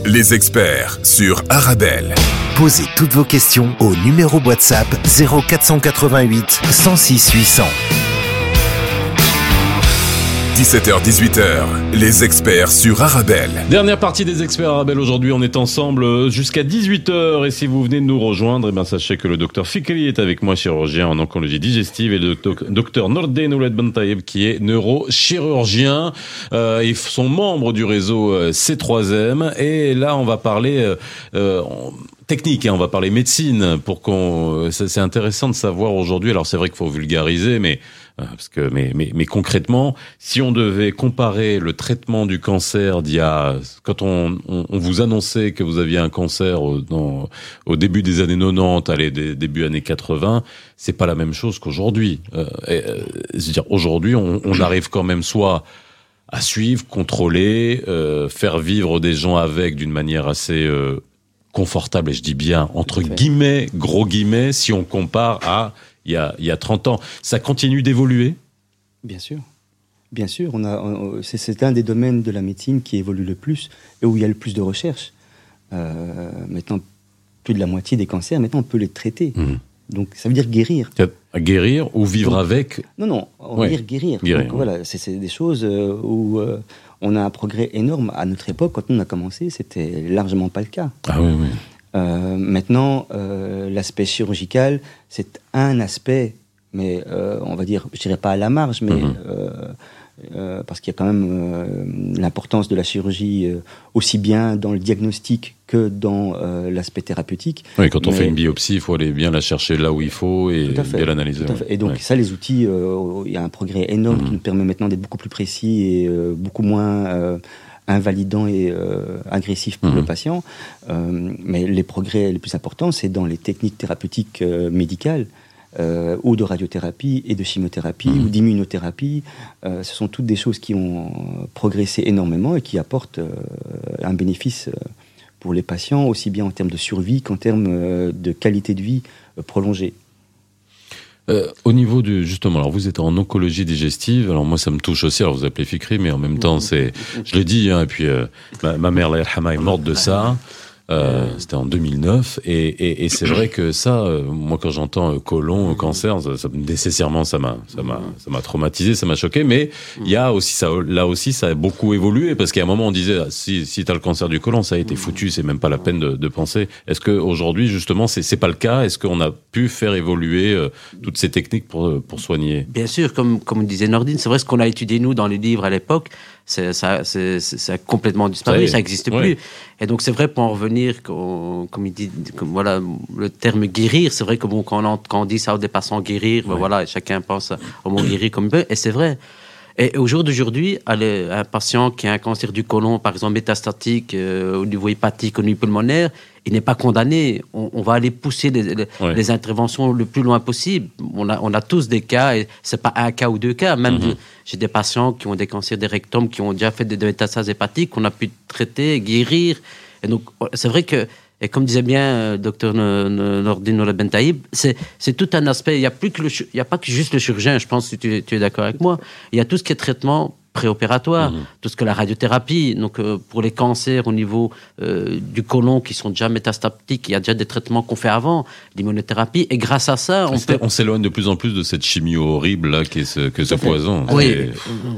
Les experts sur Arabelle. Posez toutes vos questions au numéro WhatsApp zéro quatre cent quatre-vingt-huit cent six huit cents. dix-sept heures dix-huit heures, les experts sur Arabelle. Dernière partie des experts Arabelle. Aujourd'hui, on est ensemble jusqu'à dix-huit heures. Et si vous venez de nous rejoindre, eh ben, sachez que le docteur Fikri est avec moi, chirurgien en oncologie digestive, et le docteur Nordin Ouled Bentayeb, qui est neurochirurgien. Euh, ils sont membres du réseau C trois M. Et là, on va parler euh, euh, technique, hein, on va parler médecine. Pour qu'on, c'est intéressant de savoir aujourd'hui. Alors, c'est vrai qu'il faut vulgariser, mais Parce que, mais, mais, mais concrètement, si on devait comparer le traitement du cancer d'il y a, quand on, on, on vous annonçait que vous aviez un cancer au, dans, au début des années quatre-vingt-dix, allez, des, début années quatre-vingts, c'est pas la même chose qu'aujourd'hui. Euh, euh, c'est-à-dire, aujourd'hui, on, on arrive quand même soit à suivre, contrôler, euh, faire vivre des gens avec d'une manière assez euh, confortable, et je dis bien entre guillemets, gros guillemets, si on compare à Il y, a, il y a trente ans. Ça continue d'évoluer ? Bien sûr. Bien sûr. On a, on, c'est, c'est un des domaines de la médecine qui évolue le plus et où il y a le plus de recherche. Euh, maintenant, plus de la moitié des cancers, maintenant, on peut les traiter. Mmh. Donc, ça veut dire guérir. À guérir ou vivre Donc, avec ? Non, non, on ouais. va dire guérir. guérir Donc, ouais. voilà, c'est, c'est des choses où euh, on a un progrès énorme. À notre époque, quand on a commencé, c'était largement pas le cas. Ah oui, oui. Euh, maintenant, euh, l'aspect chirurgical, c'est un aspect, mais euh, on va dire, je dirais pas à la marge, mais mmh. euh, euh, parce qu'il y a quand même euh, l'importance de la chirurgie euh, aussi bien dans le diagnostic que dans euh, l'aspect thérapeutique. Oui, quand on mais... fait une biopsie, il faut aller bien la chercher là où il faut et bien l'analyser. Tout à fait. Et donc ouais. ça, les outils, euh, il y a un progrès énorme mmh. qui nous permet maintenant d'être beaucoup plus précis et euh, beaucoup moins euh, invalidant et euh, agressif pour mmh. le patient. Euh, mais les progrès les plus importants, c'est dans les techniques thérapeutiques euh, médicales, euh, ou de radiothérapie et de chimiothérapie, mmh. ou d'immunothérapie. Euh, ce sont toutes des choses qui ont progressé énormément et qui apportent euh, un bénéfice euh, pour les patients, aussi bien en termes de survie qu'en termes euh, de qualité de vie euh, prolongée. Euh, au niveau du, justement, alors vous êtes en oncologie digestive, alors moi ça me touche aussi, alors vous appelez Fikri, mais en même temps c'est, je l'ai dit, hein, et puis euh, ma, ma mère, la Yerhama, est morte de ça, euh, c'était en deux mille neuf, et, et, et c'est vrai que ça, euh, moi quand j'entends euh, côlon, euh, cancer, ça, ça, nécessairement ça m'a, ça m'a, ça m'a traumatisé, ça m'a choqué, mais il y a aussi ça, là aussi ça a beaucoup évolué, parce qu'à un moment on disait, ah, si, si t'as le cancer du côlon, ça a été foutu, c'est même pas la peine de, de penser. Est-ce que aujourd'hui justement c'est, c'est pas le cas? Est-ce qu'on a pu faire évoluer euh, toutes ces techniques pour, pour soigner? Bien sûr, comme, comme disait Nordine, c'est vrai ce qu'on a étudié nous dans les livres à l'époque, c'est, ça, c'est, c'est, ça a complètement disparu, ouais, ça n'existe ouais. plus. Et donc c'est vrai, pour en revenir, comme, comme il dit, comme, voilà, le terme guérir, c'est vrai que bon, quand, on, quand on dit ça aux patients guérir, ouais. ben voilà, chacun pense au mot guérir comme il peut, et c'est vrai. Et au jour d'aujourd'hui, un patient qui a un cancer du côlon, par exemple métastatique, euh, au niveau hépatique, au niveau pulmonaire, il n'est pas condamné. On, on va aller pousser les, les, ouais. les interventions le plus loin possible. On a, on a tous des cas, et c'est pas un cas ou deux cas. Même mm-hmm. j'ai des patients qui ont des cancers des rectums, qui ont déjà fait des métastases hépatiques, qu'on a pu traiter, guérir. Et donc, c'est vrai que, et comme disait bien euh, docteur Nordin Ouled Bentayeb, c'est, c'est tout un aspect. Il n'y a, plus que le, il y a pas que juste le chirurgien, je pense, si tu, tu es d'accord avec moi. Il y a tout ce qui est traitement préopératoire, mmh. tout ce que la radiothérapie, donc euh, pour les cancers au niveau euh, du côlon qui sont déjà métastatiques, il y a déjà des traitements qu'on fait avant, l'immunothérapie, et grâce à ça, on, peut... on s'éloigne de plus en plus de cette chimio horrible là, qui est ce, que ce poison. Oui. Et...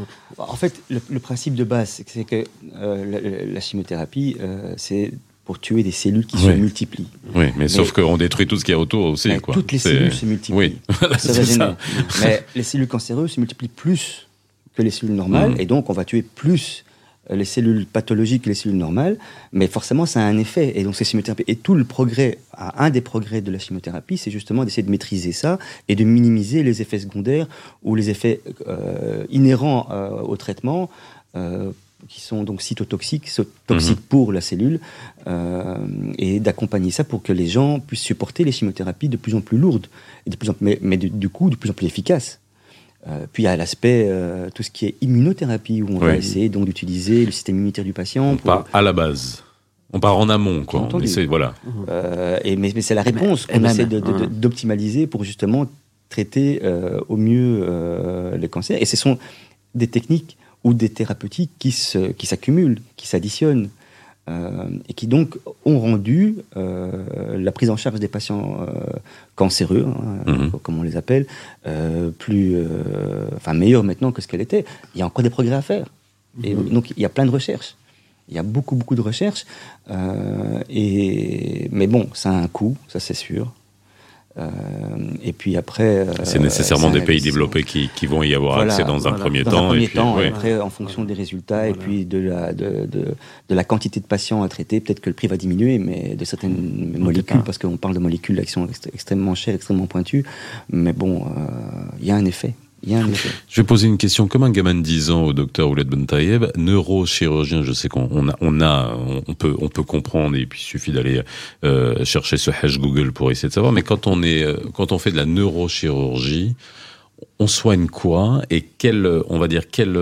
En fait, le, le principe de base, c'est que euh, la, la chimiothérapie, euh, c'est pour tuer des cellules qui oui. se multiplient. Oui, mais, mais sauf qu'on détruit tout ce qu'il y a autour aussi. Quoi. Toutes les c'est... cellules se multiplient. Oui, voilà, c'est ça. Mais les cellules cancéreuses se multiplient plus que les cellules normales, mmh. et donc on va tuer plus les cellules pathologiques que les cellules normales, mais forcément ça a un effet, et donc c'est chimiothérapie. Et tout le progrès, un des progrès de la chimiothérapie, c'est justement d'essayer de maîtriser ça, et de minimiser les effets secondaires, ou les effets euh, inhérents euh, au traitement, euh, qui sont donc cytotoxiques, toxiques mmh. pour la cellule, euh, et d'accompagner ça pour que les gens puissent supporter les chimiothérapies de plus en plus lourdes, et de plus en, mais, mais du, du coup de plus en plus efficaces. Euh, puis il y a l'aspect, euh, tout ce qui est immunothérapie, où on oui. va essayer donc d'utiliser le système immunitaire du patient. On pour... part à la base. On part en amont, quoi. On essaie, voilà. Euh, et, mais, mais c'est la réponse mais, qu'on essaie de, de, de, d'optimaliser pour justement traiter euh, au mieux euh, les cancers. Et ce sont des techniques ou des thérapeutiques qui, se, qui s'accumulent, qui s'additionnent. euh, et qui donc ont rendu euh, la prise en charge des patients euh, cancéreux, hein, mmh. comme on les appelle, euh, plus, euh, enfin meilleure maintenant que ce qu'elle était. Il y a encore des progrès à faire. Et mmh. donc il y a plein de recherches. Il y a beaucoup, beaucoup de recherches. Euh, et, mais bon, ça a un coût, ça c'est sûr. Euh, et puis après... Euh, c'est nécessairement c'est des pays développés qui, qui vont y avoir voilà, accès dans un voilà. premier dans temps. Dans un premier et puis, temps, ouais. et après, en fonction des résultats voilà. et puis de la, de, de, de la quantité de patients à traiter, peut-être que le prix va diminuer, mais de certaines mmh. molécules, parce qu'on parle de molécules qui sont ext- extrêmement chères, extrêmement pointues. Mais bon, il euh, y a un effet. Il y a un effet. Je vais poser une question comme un gamin de dix ans au docteur Ouled Bentayeb, neurochirurgien. Je sais qu'on on a, on a, on peut, on peut comprendre et puis il suffit d'aller euh, chercher ce hash Google pour essayer de savoir. Mais quand on est, quand on fait de la neurochirurgie, on soigne quoi et quelle, on va dire quelle,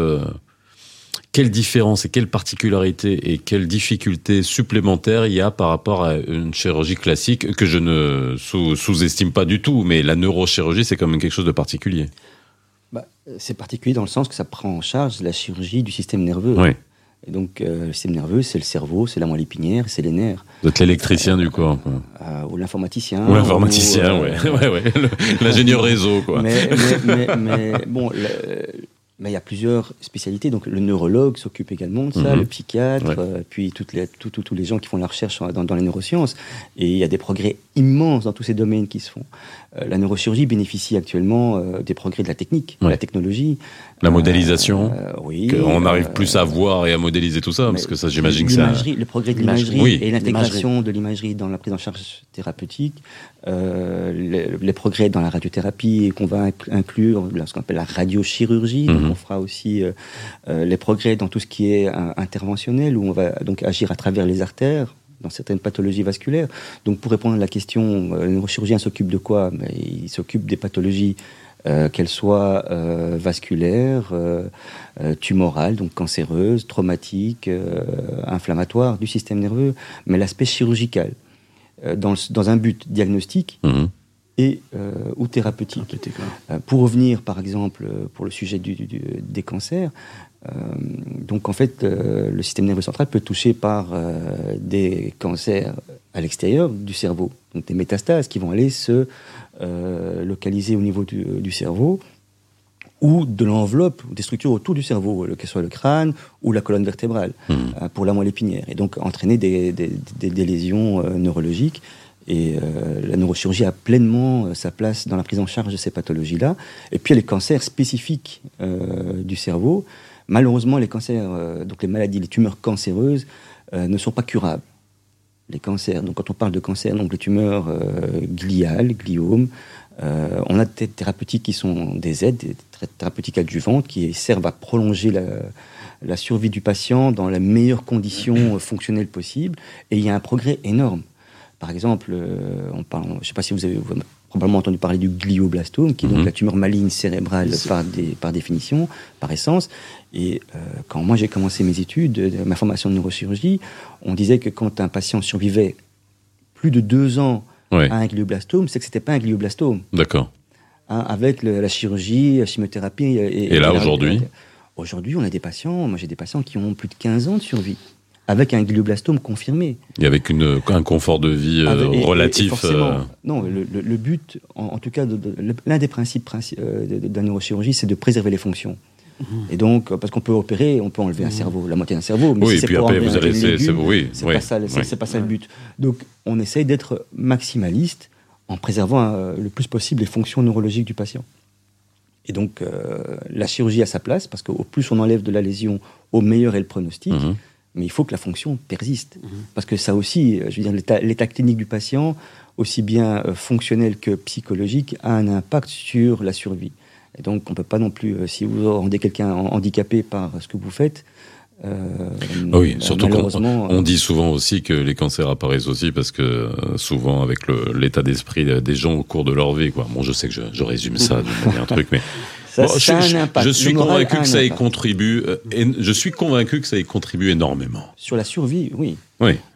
quelle différence et quelle particularité et quelle difficulté supplémentaire il y a par rapport à une chirurgie classique que je ne sous, sous-estime pas du tout. Mais la neurochirurgie, c'est quand même quelque chose de particulier. Bah, c'est particulier dans le sens que ça prend en charge la chirurgie du système nerveux. Oui. Et donc, euh, le système nerveux, c'est le cerveau, c'est la moelle épinière, c'est les nerfs. Vous êtes l'électricien euh, du corps. Quoi. Euh, ou l'informaticien. Ou l'informaticien, oui. Euh, ouais, ouais. L'ingénieur réseau, quoi. Mais, mais, mais, mais bon, le, mais il y a plusieurs spécialités. Donc, le neurologue s'occupe également de ça, mm-hmm. le psychiatre, ouais. euh, puis toutes les, tout, tout, tous les gens qui font la recherche dans, dans les neurosciences. Et il y a des progrès immenses dans tous ces domaines qui se font. Euh, la neurochirurgie bénéficie actuellement euh, des progrès de la technique, ouais. de la technologie. La modélisation. Euh, oui. On n'arrive euh, plus à voir et à modéliser tout ça, parce que ça, j'imagine que ça... Le progrès de l'imagerie oui. et l'intégration de l'imagerie dans la prise en charge thérapeutique, euh, les, les progrès dans la radiothérapie qu'on va inclure ce qu'on appelle la radiochirurgie. Mm-hmm. Donc on fera aussi euh, euh, les progrès dans tout ce qui est euh, interventionnel, où on va donc agir à travers les artères, dans certaines pathologies vasculaires. Donc pour répondre à la question, euh, le neurochirurgien s'occupe de quoi? Mais il s'occupe des pathologies, euh, qu'elles soient euh, vasculaires, euh, euh, tumorales, donc cancéreuses, traumatiques, euh, inflammatoires du système nerveux, mais l'aspect chirurgical, euh, dans, le, dans un but diagnostique mmh. et, euh, ou thérapeutique. Euh, pour revenir, par exemple, pour le sujet du, du, des cancers, Euh, donc en fait, euh, le système nerveux central peut être touché par euh, des cancers à l'extérieur du cerveau, donc des métastases qui vont aller se euh, localiser au niveau du, du cerveau ou de l'enveloppe, des structures autour du cerveau, que ce soit le crâne ou la colonne vertébrale, mmh. euh, pour la moelle épinière, et donc entraîner des, des, des, des lésions euh, neurologiques. Et euh, la neurochirurgie a pleinement euh, sa place dans la prise en charge de ces pathologies-là. Et puis il y a les cancers spécifiques euh, du cerveau. Malheureusement, les cancers, euh, donc les maladies, les tumeurs cancéreuses, euh, ne sont pas curables. Les cancers, donc quand on parle de cancer, donc les tumeurs euh, gliales, gliomes, euh, on a des thérapeutiques qui sont des aides, des thérapeutiques adjuvantes qui servent à prolonger la, la survie du patient dans les meilleures conditions fonctionnelles possibles. Et il y a un progrès énorme. Par exemple, euh, on parle, je ne sais pas si vous avez, vous avez probablement entendu parler du glioblastome, qui est donc mmh. la tumeur maligne cérébrale par, des, par définition, par essence. Et euh, quand moi j'ai commencé mes études, de, ma formation de neurochirurgie, on disait que quand un patient survivait plus de deux ans ouais. à un glioblastome, c'est que ce n'était pas un glioblastome. D'accord. Hein, avec le, la chirurgie, la chimiothérapie. Et, et, et là, aujourd'hui Aujourd'hui, on a des patients, moi j'ai des patients qui ont plus de quinze ans de survie, avec un glioblastome confirmé. Et avec une, un confort de vie euh, avec, et, relatif. Et forcément, euh... Non, le, le, le but, en, en tout cas, de, de, le, l'un des principes princi- euh, de, de, de la neurochirurgie, c'est de préserver les fonctions. Mmh. Et donc, parce qu'on peut opérer, on peut enlever mmh. un cerveau, la moitié d'un cerveau, mais oui, si et c'est puis pour après, enlever vous un allez laisser, c'est, oui, c'est oui, pas ça, c'est, oui. c'est pas ça le but. Donc, on essaye d'être maximaliste en préservant euh, le plus possible les fonctions neurologiques du patient. Et donc, euh, la chirurgie a sa place, parce qu'au plus on enlève de la lésion, au meilleur est le pronostic. Mmh. Mais il faut que la fonction persiste. Mmh. Parce que ça aussi, je veux dire, l'état, l'état clinique du patient, aussi bien euh, fonctionnel que psychologique, a un impact sur la survie. Et donc, on ne peut pas non plus, euh, si vous rendez quelqu'un handicapé par ce que vous faites, euh, oui, bah, surtout qu'on euh, on dit souvent aussi que les cancers apparaissent aussi parce que euh, souvent avec le, l'état d'esprit des gens au cours de leur vie, quoi. Bon, je sais que je, je résume ça d'une manière truc, mais ça, bon, ça je, a un impact. je suis convaincu que ça y impact. contribue. Euh, et je suis convaincu que ça y contribue énormément. Sur la survie, oui. Oui.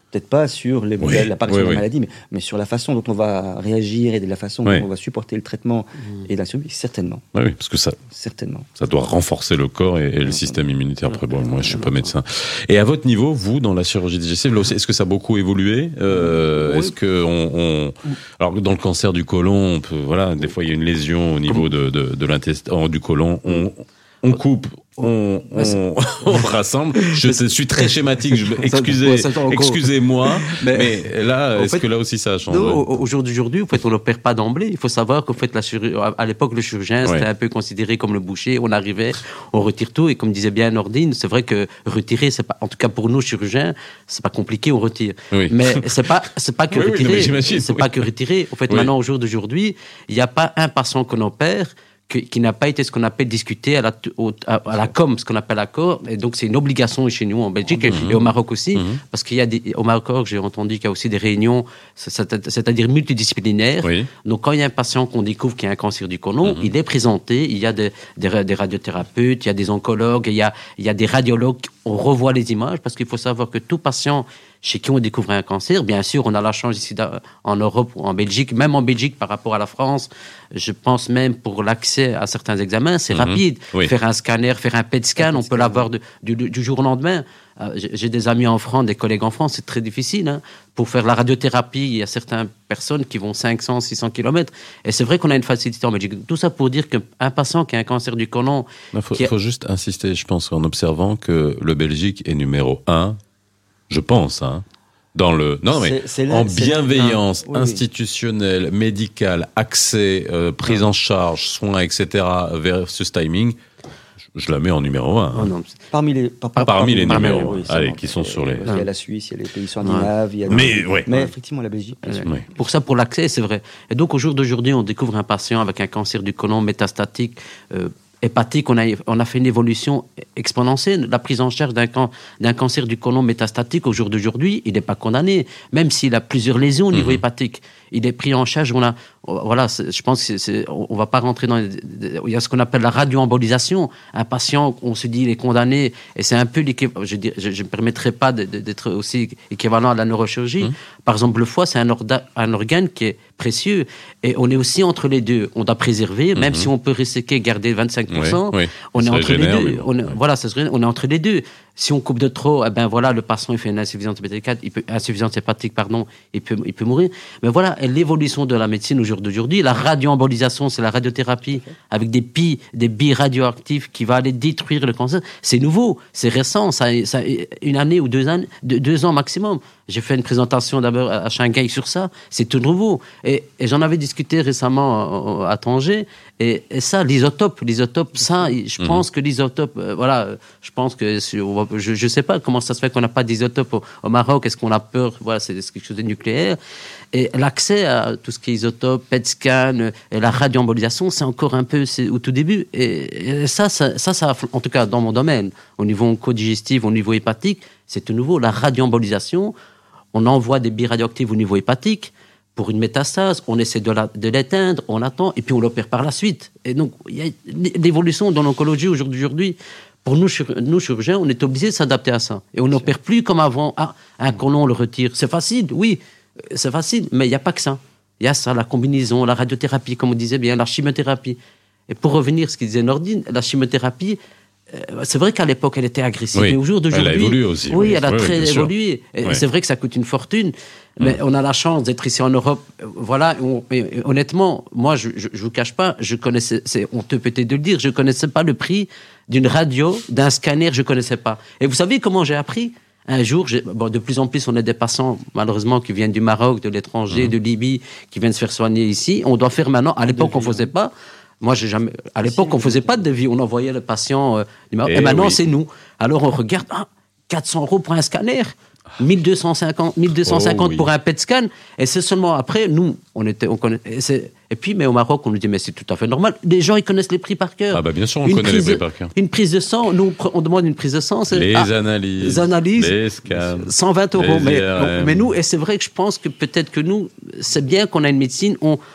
peut-être pas sur les Oui, modèles, l'apparition oui, de la oui. maladie, mais, mais sur la façon dont on va réagir et de la façon Oui. dont on va supporter le traitement et la survie, certainement, Oui, oui, parce que ça, certainement. ça doit renforcer le corps et, et le système immunitaire. Après, bon, moi, je suis pas médecin. Et à votre niveau, vous, dans la chirurgie digestive, là aussi, est-ce que ça a beaucoup évolué euh, Oui. Est-ce que on, on... alors dans le cancer du côlon, on peut, voilà, des fois il y a une lésion au niveau de, de, de l'intestin, du côlon, on On coupe, on, on, on rassemble. Je suis très schématique. Je, excusez, excusez-moi, mais, mais là, est-ce fait, que là aussi ça a changé? Non, au jour d'aujourd'hui, en fait, on n'opère pas d'emblée. Il faut savoir qu'en fait, la chirurgie, à l'époque, le chirurgien, c'était ouais. un peu considéré comme le boucher. On arrivait, on retire tout, et comme disait bien Nordine, c'est vrai que retirer, c'est pas, en tout cas pour nous chirurgiens, c'est pas compliqué, on retire. Oui. Mais c'est pas, c'est pas que oui, retirer, oui, c'est oui. pas que retirer. En fait, oui. maintenant, au jour d'aujourd'hui, il n'y a pas un patient qu'on opère qui n'a pas été ce qu'on appelle discuté à la, au, à, à la com, ce qu'on appelle l'accord. Et donc, c'est une obligation chez nous, en Belgique, mmh. et au Maroc aussi, mmh. parce qu'il y a des, au Maroc, j'ai entendu qu'il y a aussi des réunions, c'est-à-dire multidisciplinaires. Oui. Donc, quand il y a un patient qu'on découvre qui a un cancer du côlon, mmh. il est présenté, il y a des, des, des radiothérapeutes, il y a des oncologues, il y a, il y a des radiologues, on revoit les images, parce qu'il faut savoir que tout patient chez qui on découvre un cancer, bien sûr, on a la chance ici en Europe ou en Belgique, même en Belgique par rapport à la France, je pense même pour l'accès à certains examens, c'est mmh. rapide. Oui. Faire un scanner, faire un P E T scan, on peut l'avoir de, du, du jour au lendemain. Euh, j'ai des amis en France, des collègues en France, c'est très difficile. Hein. Pour faire la radiothérapie, il y a certaines personnes qui vont cinq cents, six cents kilomètres. Et c'est vrai qu'on a une facilité en Belgique. Tout ça pour dire qu'un patient qui a un cancer du côlon... Il faut, a... faut juste insister, je pense, en observant que le Belgique est numéro un. Je pense, hein, dans le non mais c'est, c'est là, en bienveillance oui, institutionnelle, oui. médicale, accès, euh, prise en charge, soins, et cetera versus timing, je, je la mets en numéro un. Oh, non, parmi les par, par, parmi, parmi les parmi numéros, oui, allez, bon, qui sont sur les. Il y a la Suisse, il y a les pays scandinaves, ouais. il y a. Mais ouais. Mais effectivement la Belgique. Oui. Pour ça, pour l'accès, c'est vrai. Et donc au jour d'aujourd'hui, on découvre un patient avec un cancer du côlon métastatique. Euh, hépatique, on a, on a fait une évolution exponentielle. La prise en charge d'un, can, d'un cancer du côlon métastatique au jour d'aujourd'hui, il n'est pas condamné, même s'il a plusieurs lésions au niveau mmh. hépatique. Il est pris en charge. On a, voilà, je pense que c'est, c'est, on ne va pas rentrer dans. Il y a ce qu'on appelle la radioembolisation. Un patient, on se dit, il est condamné, et c'est un peu l'équivalent. Je ne me permettrai pas de, de, d'être aussi équivalent à la neurochirurgie. Mmh. Par exemple, le foie, c'est un, orda, un organe qui est précieux, et on est aussi entre les deux. On doit préserver, même mmh. si on peut resséquer, garder vingt-cinq pour cent. Oui, oui. On est entre les deux. Oui. On est, oui. Voilà, ça serait, on est entre les deux. Si on coupe de trop, eh ben voilà, le patient il fait une insuffisance hépatique, il peut, insuffisance hépatique, pardon, il peut, il peut mourir. Mais voilà, l'évolution de la médecine au jour d'aujourd'hui, la radioembolisation, c'est la radiothérapie avec des billes, des billes radioactives qui va aller détruire le cancer. C'est nouveau, c'est récent, ça, ça une année ou deux ans, deux, deux ans maximum. J'ai fait une présentation d'abord à Shanghai sur ça, c'est tout nouveau. Et, et j'en avais discuté récemment à Tanger. Et, et ça, l'isotope, l'isotope, ça, je pense mmh. que l'isotope, euh, voilà, je pense que je ne sais pas comment ça se fait qu'on n'a pas d'isotope au, au Maroc. Est-ce qu'on a peur? Voilà, c'est, c'est quelque chose de nucléaire. Et l'accès à tout ce qui est isotope, P E T scan, et la radioembolisation, c'est encore un peu c'est au tout début. Et, et ça, ça, ça, ça, en tout cas dans mon domaine, au niveau oncodigestif, au niveau hépatique, c'est tout nouveau. La radioembolisation, on envoie des billes radioactives au niveau hépatique. Pour une métastase, on essaie de, la, de l'éteindre, on attend, et puis on l'opère par la suite. Et donc, il y a l'évolution dans l'oncologie aujourd'hui. Pour nous, nous, chirurgiens, on est obligés de s'adapter à ça. Et on n'opère plus comme avant. Ah, un côlon, on le retire. C'est facile, oui, c'est facile, mais il n'y a pas que ça. Il y a ça, la combinaison, la radiothérapie, comme on disait bien, la chimiothérapie. Et pour revenir à ce qu'il disait Nordine, la chimiothérapie, euh, c'est vrai qu'à l'époque, elle était agressive. Oui, mais au jour d'aujourd'hui, elle a évolué aussi. Oui, oui elle a oui, très oui, évolué. Et oui. C'est vrai que ça coûte une fortune. Mais mmh. on a la chance d'être ici en Europe. Voilà, on, et honnêtement, moi, je ne vous cache pas, je connaissais, c'est honteux peut-être de le dire, je ne connaissais pas le prix d'une radio, d'un scanner, je ne connaissais pas. Et vous savez comment j'ai appris? Un jour, j'ai, bon, de plus en plus, on a des patients, malheureusement, qui viennent du Maroc, de l'étranger, mmh. de Libye, qui viennent se faire soigner ici. On doit faire maintenant, à l'époque, on ne faisait pas. Moi, j'ai jamais, à l'époque, on ne faisait pas de devis. On envoyait le patient euh, du Maroc. Et, et maintenant, oui. c'est nous. Alors, on regarde, ah, quatre cents euros pour un scanner. mille deux cent cinquante, mille deux cent cinquante oh, oui. pour un P E T scan, et c'est seulement après, nous, on était, on connaît, et, c'est, et puis, mais au Maroc, on nous dit, mais c'est tout à fait normal, les gens, ils connaissent les prix par cœur. Ah bah bien sûr, on une connaît les prix par cœur. Une prise de sang, nous, on demande une prise de sang, c'est... Les ah, analyses, les analyses, les scans, cent vingt euros, les mais, mais nous, et c'est vrai que je pense que peut-être que nous, c'est bien qu'on a une médecine, on...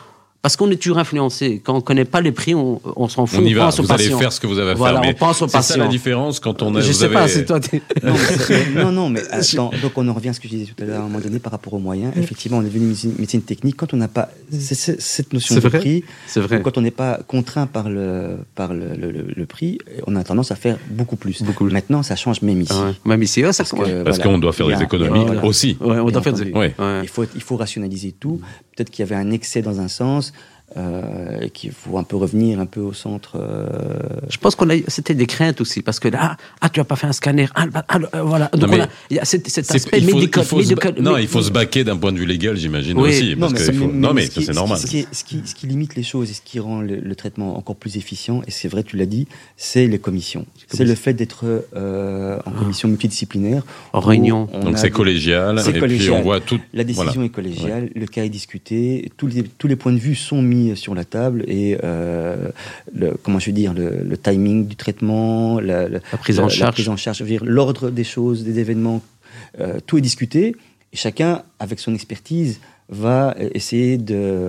Parce qu'on est toujours influencé. Quand on ne connaît pas les prix, on, on s'en fout. On y on va, pense vous aux allez patients. faire ce que vous avez à Voilà, faire. on pense aux c'est patients. ça la différence quand on a. Je vous sais avez... pas, c'est toi. t'es- Non, mais, non, non, mais attends, donc on en revient à ce que je disais tout à l'heure à un moment donné par rapport aux moyens. Effectivement, on est devenu médecine, médecine technique quand on n'a pas c'est- c'est- cette notion C'est de vrai. prix, C'est vrai. ou quand on n'est pas contraint par le, par le, le- le- le prix, on a tendance à faire beaucoup plus. Beaucoup. Maintenant, ça change même ici. Ah ouais. Même ici, ouais, ça Parce que, ouais. Parce voilà, qu'on doit faire il y des a- économies voilà. aussi. Ouais, on Bien doit faire entendu. des. Ouais. Ouais. Il faut, il faut rationaliser tout. Peut-être qu'il y avait un excès dans un sens, euh, et qu'il faut un peu revenir un peu au centre. euh, Je pense qu'on a, eu- c'était des craintes aussi, parce que là, ah, tu as pas fait un scanner, ah, bah, ah, euh, voilà. Donc mais on a, il y a cet, cet C'est- aspect il faut- médical, il faut se ba- médical- non, mé- il faut se baquer d'un point de vue légal, j'imagine Oui. aussi. Parce mais, que c'est- il faut- mais- Non, mais ce ça, qui- c'est ce normal. qui- Ce qui, est- ce, qui, ce qui limite les choses et ce qui rend le, le traitement encore plus efficient, et c'est vrai, tu l'as dit, c'est les commissions. C'est le fait d'être euh, en commission multidisciplinaire. En où réunion. on Donc a c'est des- collégial, c'est et puis collégial. on voit tout. La décision voilà. est collégiale, le cas est discuté, tous les, tous les points de vue sont mis sur la table et euh, le, comment je veux dire, le, le timing du traitement, la, la- La prise en la- charge. la prise en charge, je veux dire, l'ordre des choses, des événements, euh, tout est discuté et chacun, avec son expertise, va euh, essayer de,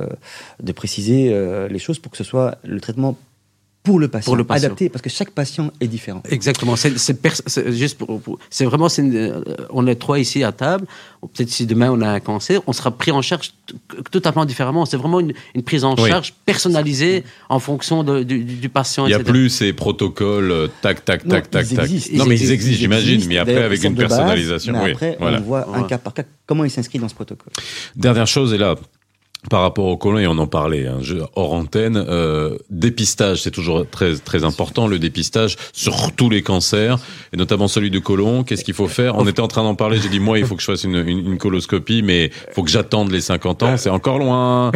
de préciser euh, les choses pour que ce soit le traitement pour le patient, Pour le patient. adapté, parce que chaque patient est différent. Exactement. C'est, c'est, pers- c'est juste pour, pour- c'est vraiment, c'est une- euh, on est trois ici à table. Peut-être si demain on a un cancer, on sera pris en charge t- totalement différemment. C'est vraiment une, une prise en Oui. charge personnalisée en fonction de- du, du patient. Il n'y a et cetera. plus ces protocoles, euh, tac, tac, Non, tac, tac, ils tac. existent. Non, mais ils Ils existent, j'imagine, existent. mais après D'ailleurs, avec ils sont une de base, personnalisation. mais Oui, après, voilà. on voit un Ouais. cas par cas comment il s'inscrit dans ce protocole. Dernière chose, et là, par rapport au côlon, et on en parlait hein, je- hors antenne, euh, dépistage, c'est toujours très très important, le dépistage sur tous les cancers, et notamment celui du côlon. Qu'est-ce qu'il faut faire? On était en train d'en parler, j'ai dit, moi, il faut que je fasse une, une, une coloscopie, mais il faut que j'attende les cinquante ans, c'est encore loin.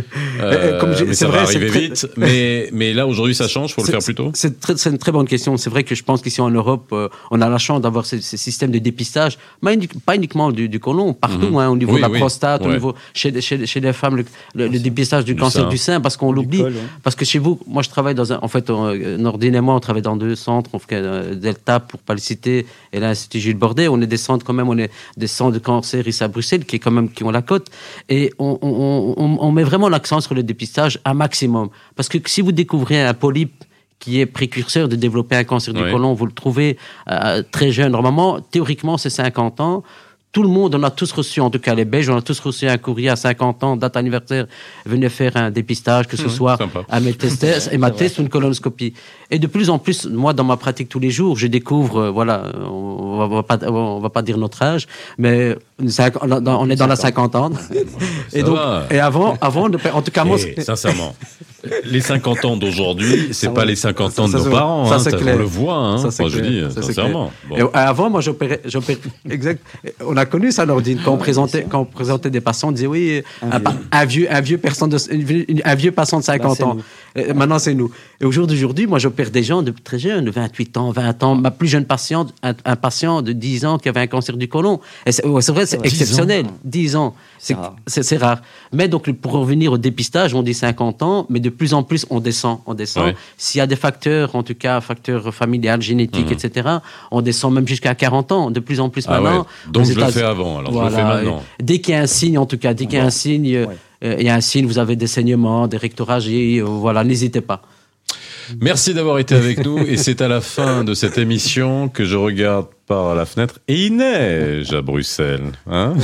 Euh, Comme j'ai- mais c'est ça vrai, va c'est arriver très- vite. Mais, mais là, aujourd'hui, ça change, il faut le C'est- faire plus tôt. C'est, très- c'est une très bonne question. C'est vrai que je pense qu'ici en Europe, euh, on a la chance d'avoir ces, ces systèmes de dépistage, pas, uni- pas uniquement du, du côlon, partout, Mhm. hein, au niveau Oui, de la oui. prostate, au Ouais. niveau chez, chez, chez les femmes, le, le- le dépistage du, Du cancer sein. du sein, parce qu'on Du l'oublie. col, ouais. Parce que chez vous, moi je travaille dans un, en fait, euh, Nordine et moi, on travaille dans deux centres, on fait euh, Delta pour pas le citer, et l'Institut Gilles Bordet. On est des centres quand même, on est des centres de cancer ici à Bruxelles, qui est quand même qui ont la cote, et on, on, on, on met vraiment l'accent sur le dépistage un maximum, parce que si vous découvrez un polype qui est précurseur de développer un cancer du Ouais. côlon, vous le trouvez euh, très jeune. Normalement, théoriquement, c'est cinquante ans. Tout le monde, on a tous reçu, en tout cas les Belges, on a tous reçu un courrier à cinquante ans, date anniversaire, venez faire un dépistage, que ce soit sympa. un métastase, hémateste ou une colonoscopie. Et de plus en plus, moi, dans ma pratique tous les jours, je découvre, euh, voilà, on va, on va pas, on va pas dire notre âge, mais cinq- on est dans la cinquantaine. Et Ça donc, va. et avant, avant, de- en tout cas, moi, Et, sincèrement, les cinquante ans d'aujourd'hui, c'est Ça pas va. les cinquante ans Ça, de ça, nos ça, parents. ça, hein, c'est ça, clair. on le voit. Hein, Ça, c'est moi, je clair. dis, Ça, c'est sincèrement. Bon. Et avant, moi, j'opérais, j'opérais, exact. On a connu ça, Nordine, quand on présentait, quand on présentait des patients, on disait oui, un, pa- un vieux, un vieux personne de, une- une- un vieux patient de cinquante c'est ans. Et maintenant, c'est nous. Et au jour d'aujourd'hui, moi, j'opère des gens de très jeunes, de vingt-huit ans, vingt ans. Ma plus jeune patiente, un, un patient de dix ans qui avait un cancer du côlon. Et c'est, ouais, c'est vrai, c'est vrai. exceptionnel. dix ans. C'est, C'est rare. c'est, c'est rare. Mais donc, pour revenir au dépistage, on dit cinquante ans, mais de plus en plus, on descend, on descend. Ouais. S'il y a des facteurs, en tout cas, facteurs familiales, génétiques, Mhm. et cetera, on descend même jusqu'à quarante ans, de plus en plus Ah maintenant. ouais. Donc Aux je le États- fais avant, alors je Voilà. le fais maintenant. Dès qu'il y a un signe, en tout cas, dès qu'il y a un signe, euh, Ouais. euh, il y a un signe, vous avez des saignements, des rectorragies, euh, voilà, n'hésitez pas. Merci d'avoir été avec nous et c'est à la fin de cette émission que je regarde par la fenêtre et il neige à Bruxelles. Hein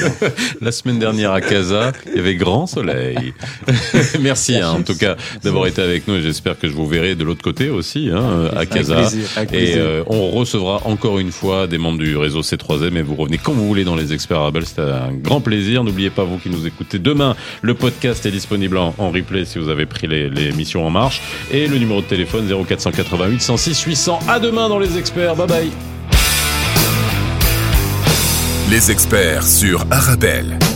la semaine dernière à Casa, il y avait grand soleil. Merci hein, en tout cas d'avoir été avec nous et j'espère que je vous verrai de l'autre côté aussi hein, à Casa. plaisir, avec Et plaisir. euh, on recevra encore une fois des membres du réseau C trois M et vous revenez quand vous voulez dans les experts Arabelle. C'était un grand plaisir. N'oubliez pas vous qui nous écoutez. Demain, le podcast est disponible en, en replay si vous avez pris les, les émissions en marche et le numéro de téléphone zéro quatre cent quatre-vingt-huit cent six huit cents. À demain dans les experts. Bye bye. Les experts sur Arabelle.